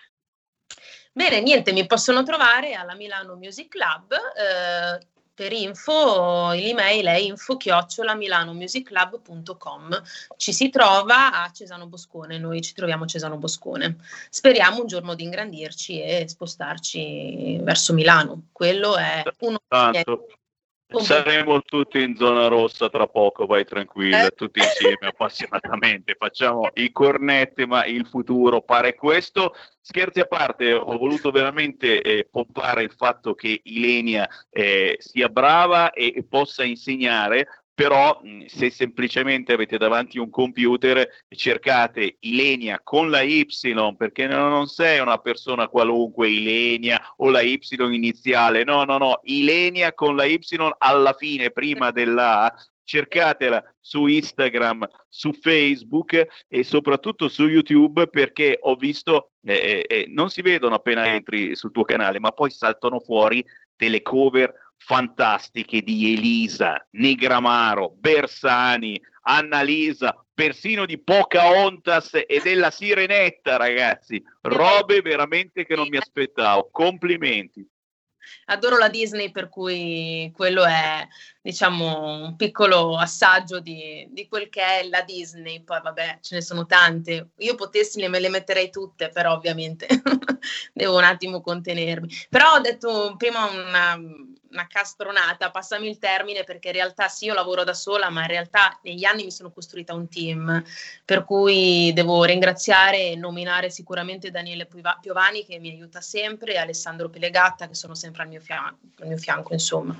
Bene, niente, mi possono trovare alla Milano Music Club, eh, per info l'email è info chiocciola milanomusicclub punto com. Ci si trova a Cesano Boscone, noi ci troviamo a Cesano Boscone. Speriamo un giorno di ingrandirci e spostarci verso Milano. Quello è uno Tanto. Saremo tutti in zona rossa tra poco, vai tranquilla, Eh. tutti insieme appassionatamente, facciamo i cornetti, ma il futuro pare questo. Scherzi a parte, ho voluto veramente eh, pompare il fatto che Ilenia eh, sia brava e, e possa insegnare, però mh, se semplicemente avete davanti un computer, cercate Ilenia con la Y, perché no, non sei una persona qualunque, Ilenia o la Y iniziale, no, no, no, Ilenia con la Y alla fine, prima della A. Cercatela su Instagram, su Facebook e soprattutto su YouTube, perché ho visto, eh, eh, non si vedono appena entri sul tuo canale, ma poi saltano fuori delle cover fantastiche di Elisa, Negramaro, Bersani, Annalisa, persino di Pocahontas e della Sirenetta, ragazzi, robe veramente che non mi aspettavo, complimenti. Adoro la Disney, per cui quello è, diciamo, un piccolo assaggio di, di quel che è la Disney. Poi vabbè, ce ne sono tante, io potessi le, me le metterei tutte, però ovviamente devo un attimo contenermi. Però ho detto prima una, una castronata, passami il termine, perché in realtà sì, io lavoro da sola, ma in realtà negli anni mi sono costruita un team, per cui devo ringraziare e nominare sicuramente Daniele Piovani, che mi aiuta sempre, e Alessandro Pelegatta, che sono sempre al mio fianco, al mio fianco insomma.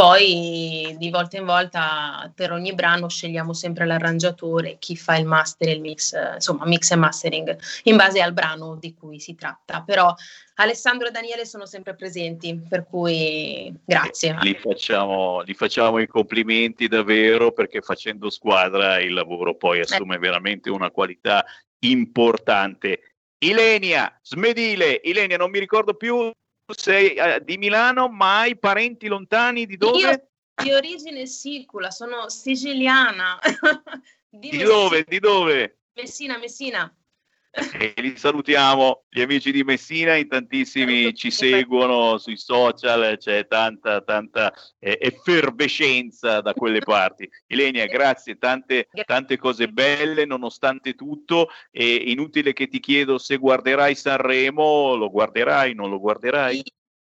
Poi di volta in volta per ogni brano scegliamo sempre l'arrangiatore, chi fa il master e il mix, insomma mix e mastering in base al brano di cui si tratta, però Alessandro e Daniele sono sempre presenti, per cui grazie. Li facciamo, li facciamo i complimenti davvero, perché facendo squadra il lavoro poi assume eh. veramente una qualità importante. Ilenia, Smedile, Ilenia, non mi ricordo più, sei uh, di Milano, ma hai parenti lontani di dove? Io di origine sicula, sono siciliana. di, di dove? Di dove? Messina, Messina. E li salutiamo, gli amici di Messina, in tantissimi ci seguono sui social, c'è tanta tanta eh, effervescenza da quelle parti. Ilenia, grazie, tante, tante cose belle nonostante tutto, e inutile che ti chiedo se guarderai Sanremo, lo guarderai, non lo guarderai?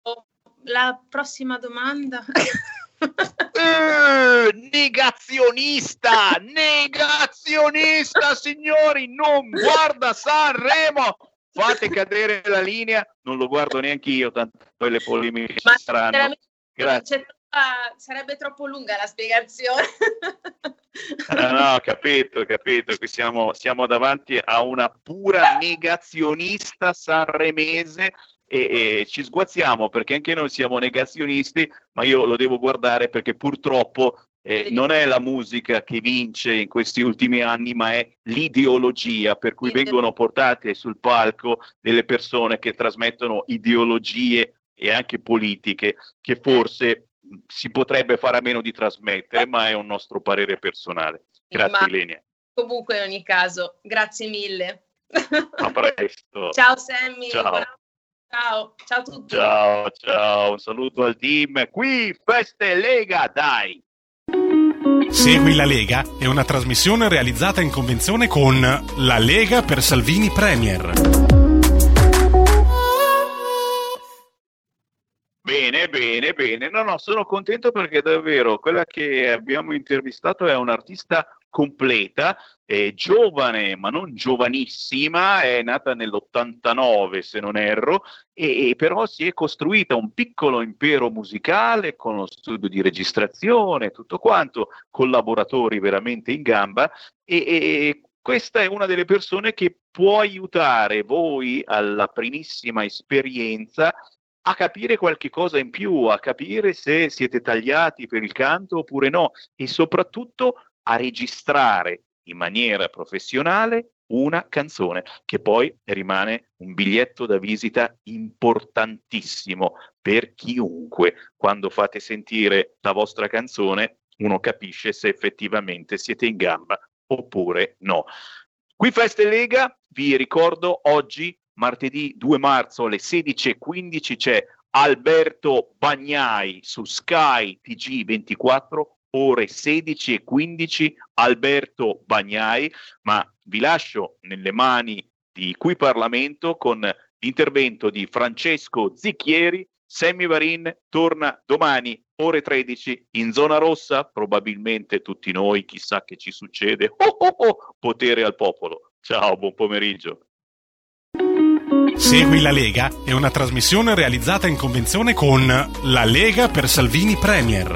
La prossima domanda... Eh, negazionista, negazionista, signori, non guarda Sanremo, fate cadere la linea, non lo guardo neanche io, tanto poi le polemiche ci saranno. Grazie. Uh, sarebbe troppo lunga la spiegazione. Ah, no, capito, capito, che siamo, siamo davanti a una pura negazionista sanremese. E, e ci sguazziamo, perché anche noi siamo negazionisti, ma io lo devo guardare perché purtroppo eh, non è la musica che vince in questi ultimi anni, ma è l'ideologia, per cui vengono portate sul palco delle persone che trasmettono ideologie e anche politiche che forse si potrebbe fare a meno di trasmettere, ma è un nostro parere personale. Grazie, ma... Ilenia. Comunque, in ogni caso, grazie mille. A presto. Ciao Sammy. Ciao. Buona... Ciao. Ciao a tutti. Ciao, ciao, un saluto al team. Qui Feste Lega, dai. Segui la Lega è una trasmissione realizzata in convenzione con La Lega per Salvini Premier. Bene, bene, bene. No, no, sono contento perché davvero quella che abbiamo intervistato è un'artista completa, è giovane ma non giovanissima, è nata nell'ottantanove se non erro, e, e però si è costruita un piccolo impero musicale con lo studio di registrazione, tutto quanto, collaboratori veramente in gamba, e, e questa è una delle persone che può aiutare voi alla primissima esperienza a capire qualche cosa in più, a capire se siete tagliati per il canto oppure no, e soprattutto a registrare in maniera professionale una canzone che poi rimane un biglietto da visita importantissimo per chiunque. Quando fate sentire la vostra canzone, uno capisce se effettivamente siete in gamba oppure no. Qui Feste Lega, vi ricordo, oggi martedì due marzo alle sedici e quindici c'è Alberto Bagnai su Sky T G ventiquattro, ore sedici e quindici, Alberto Bagnai, ma vi lascio nelle mani di Qui Parlamento con l'intervento di Francesco Zicchieri. Sammy Varin torna domani ore tredici in zona rossa, probabilmente tutti noi, chissà che ci succede. Oh, oh, oh, potere al popolo. Ciao, buon pomeriggio. Segui la Lega è una trasmissione realizzata in convenzione con La Lega per Salvini Premier.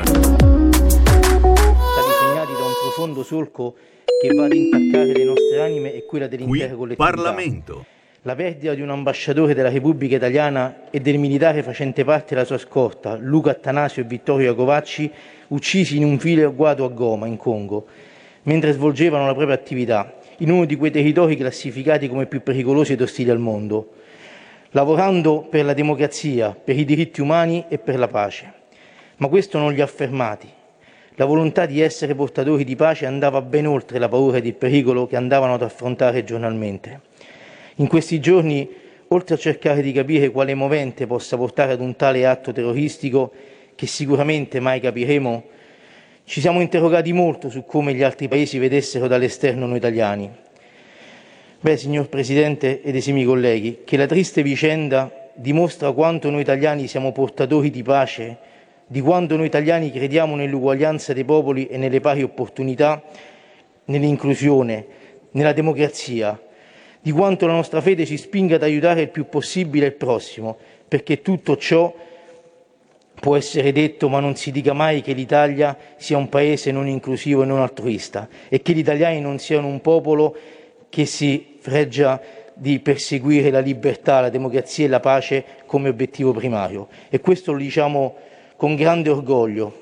Disegnati da un profondo solco che va ad intaccare le nostre anime e quella dell'intera collettività. Parlamento. La perdita di un ambasciatore della Repubblica Italiana e del militare facente parte della sua scorta, Luca Attanasio e Vittorio Iacovacci, uccisi in un filo agguato a Goma, in Congo, mentre svolgevano la propria attività, in uno di quei territori classificati come più pericolosi ed ostili al mondo, lavorando per la democrazia, per i diritti umani e per la pace. Ma questo non li ha fermati. La volontà di essere portatori di pace andava ben oltre la paura ed il pericolo che andavano ad affrontare giornalmente. In questi giorni, oltre a cercare di capire quale movente possa portare ad un tale atto terroristico, che sicuramente mai capiremo, ci siamo interrogati molto su come gli altri paesi vedessero dall'esterno noi italiani. Beh, signor Presidente ed esimi colleghi, che la triste vicenda dimostra quanto noi italiani siamo portatori di pace, di quanto noi italiani crediamo nell'uguaglianza dei popoli e nelle pari opportunità, nell'inclusione, nella democrazia, di quanto la nostra fede ci spinga ad aiutare il più possibile il prossimo, perché tutto ciò può essere detto, ma non si dica mai che l'Italia sia un paese non inclusivo e non altruista e che gli italiani non siano un popolo che si fregia di perseguire la libertà, la democrazia e la pace come obiettivo primario. E questo lo diciamo con grande orgoglio.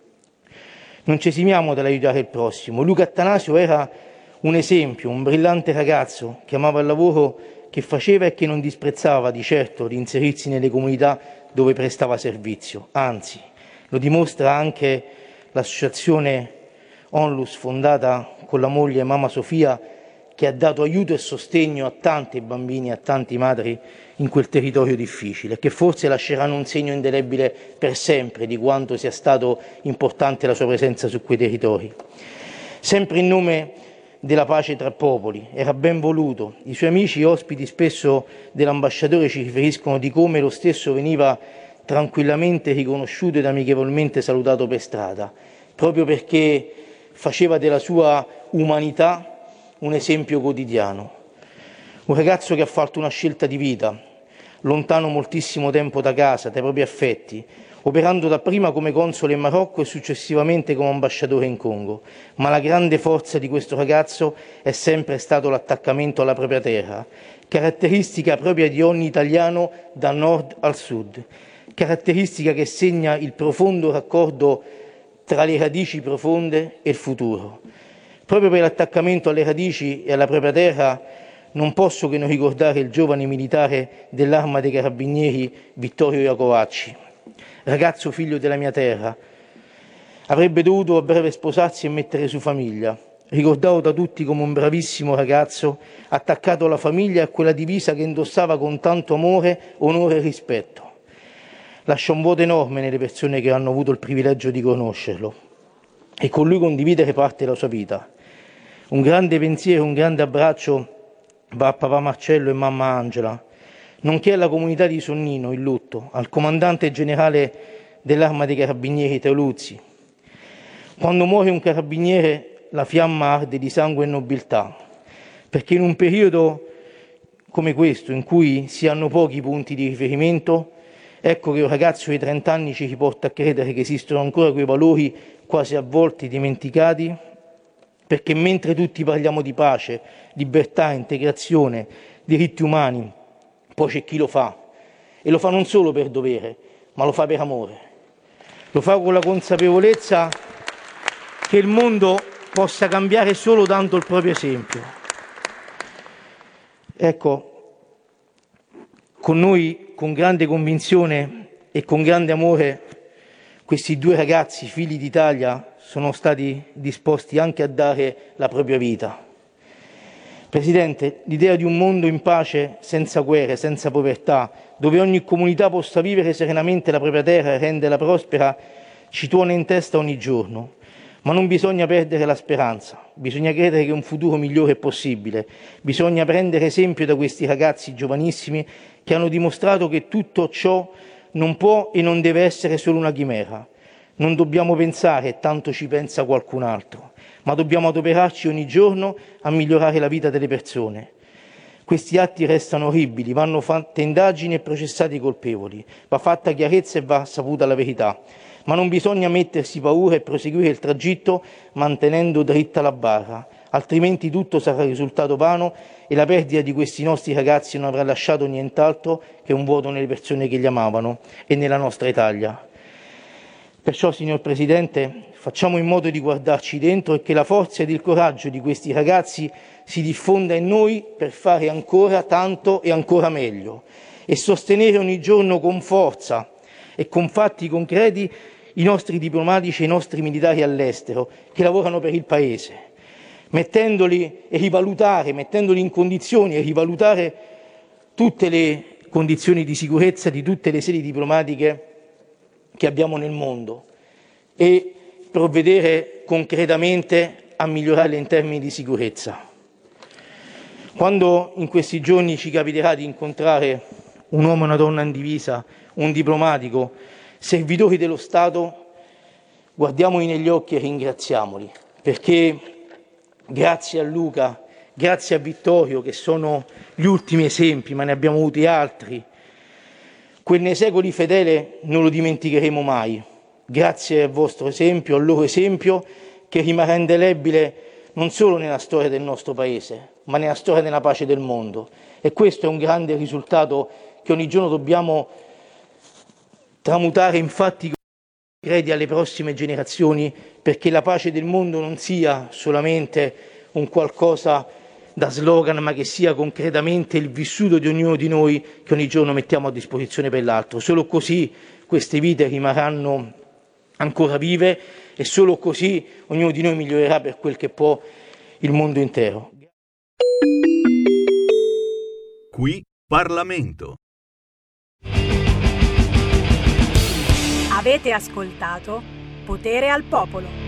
Non ci esimiamo dall'aiutare il prossimo. Luca Attanasio era un esempio, un brillante ragazzo che amava il lavoro che faceva e che non disprezzava di certo di inserirsi nelle comunità dove prestava servizio. Anzi, lo dimostra anche l'associazione Onlus fondata con la moglie Mamma Sofia, che ha dato aiuto e sostegno a tanti bambini e a tanti madri in quel territorio difficile, che forse lasceranno un segno indelebile per sempre di quanto sia stato importante la sua presenza su quei territori. Sempre in nome della pace tra popoli, era ben voluto. I suoi amici e ospiti spesso dell'ambasciatore ci riferiscono di come lo stesso veniva tranquillamente riconosciuto ed amichevolmente salutato per strada, proprio perché faceva della sua umanità un esempio quotidiano. Un ragazzo che ha fatto una scelta di vita, lontano moltissimo tempo da casa, dai propri affetti, operando dapprima come console in Marocco e successivamente come ambasciatore in Congo. Ma la grande forza di questo ragazzo è sempre stato l'attaccamento alla propria terra, caratteristica propria di ogni italiano da nord al sud, caratteristica che segna il profondo raccordo tra le radici profonde e il futuro. Proprio per l'attaccamento alle radici e alla propria terra non posso che non ricordare il giovane militare dell'Arma dei Carabinieri Vittorio Iacovacci, ragazzo figlio della mia terra. Avrebbe dovuto a breve sposarsi e mettere su famiglia. ricordato da tutti come un bravissimo ragazzo, attaccato alla famiglia e a quella divisa che indossava con tanto amore, onore e rispetto. Lascia un vuoto enorme nelle persone che hanno avuto il privilegio di conoscerlo e con lui condividere parte della sua vita. Un grande pensiero, un grande abbraccio va a papà Marcello e mamma Angela, nonché alla comunità di Sonnino in lutto, al comandante generale dell'Arma dei Carabinieri Teoluzzi. Quando muore un carabiniere la fiamma arde di sangue e nobiltà, perché in un periodo come questo, in cui si hanno pochi punti di riferimento, ecco che un ragazzo di trenta anni ci riporta a credere che esistono ancora quei valori quasi a volte dimenticati, perché mentre tutti parliamo di pace, libertà, integrazione, diritti umani, poi c'è chi lo fa, e lo fa non solo per dovere, ma lo fa per amore. Lo fa con la consapevolezza che il mondo possa cambiare solo dando il proprio esempio. Ecco, con noi, con grande convinzione e con grande amore, questi due ragazzi, figli d'Italia, sono stati disposti anche a dare la propria vita. Presidente, l'idea di un mondo in pace, senza guerre, senza povertà, dove ogni comunità possa vivere serenamente la propria terra e renderla prospera, ci tuona in testa ogni giorno. Ma non bisogna perdere la speranza, bisogna credere che un futuro migliore è possibile, bisogna prendere esempio da questi ragazzi giovanissimi che hanno dimostrato che tutto ciò non può e non deve essere solo una chimera. Non dobbiamo pensare, e tanto ci pensa qualcun altro, ma dobbiamo adoperarci ogni giorno a migliorare la vita delle persone. Questi atti restano orribili, vanno fatte indagini e processati i colpevoli, va fatta chiarezza e va saputa la verità. Ma non bisogna mettersi paura e proseguire il tragitto mantenendo dritta la barra, altrimenti tutto sarà risultato vano e la perdita di questi nostri ragazzi non avrà lasciato nient'altro che un vuoto nelle persone che li amavano e nella nostra Italia. Perciò, signor Presidente, facciamo in modo di guardarci dentro e che la forza ed il coraggio di questi ragazzi si diffonda in noi per fare ancora tanto e ancora meglio e sostenere ogni giorno con forza e con fatti concreti i nostri diplomatici e i nostri militari all'estero che lavorano per il Paese, mettendoli e rivalutare, mettendoli in condizioni e rivalutare tutte le condizioni di sicurezza di tutte le sedi diplomatiche che abbiamo nel mondo e provvedere concretamente a migliorarle in termini di sicurezza. Quando in questi giorni ci capiterà di incontrare un uomo e una donna in divisa, un diplomatico, servitori dello Stato, guardiamoli negli occhi e ringraziamoli, perché grazie a Luca, grazie a Vittorio, che sono gli ultimi esempi, ma ne abbiamo avuti altri, quel nei secoli fedele non lo dimenticheremo mai. Grazie al vostro esempio, al loro esempio, che rimarrà indelebile non solo nella storia del nostro Paese, ma nella storia della pace del mondo. E questo è un grande risultato che ogni giorno dobbiamo tramutare in fatti concreti alle prossime generazioni, perché la pace del mondo non sia solamente un qualcosa da slogan, ma che sia concretamente il vissuto di ognuno di noi che ogni giorno mettiamo a disposizione per l'altro. Solo così queste vite rimarranno ancora vive e solo così ognuno di noi migliorerà per quel che può il mondo intero. Qui Parlamento. Avete ascoltato Potere al Popolo.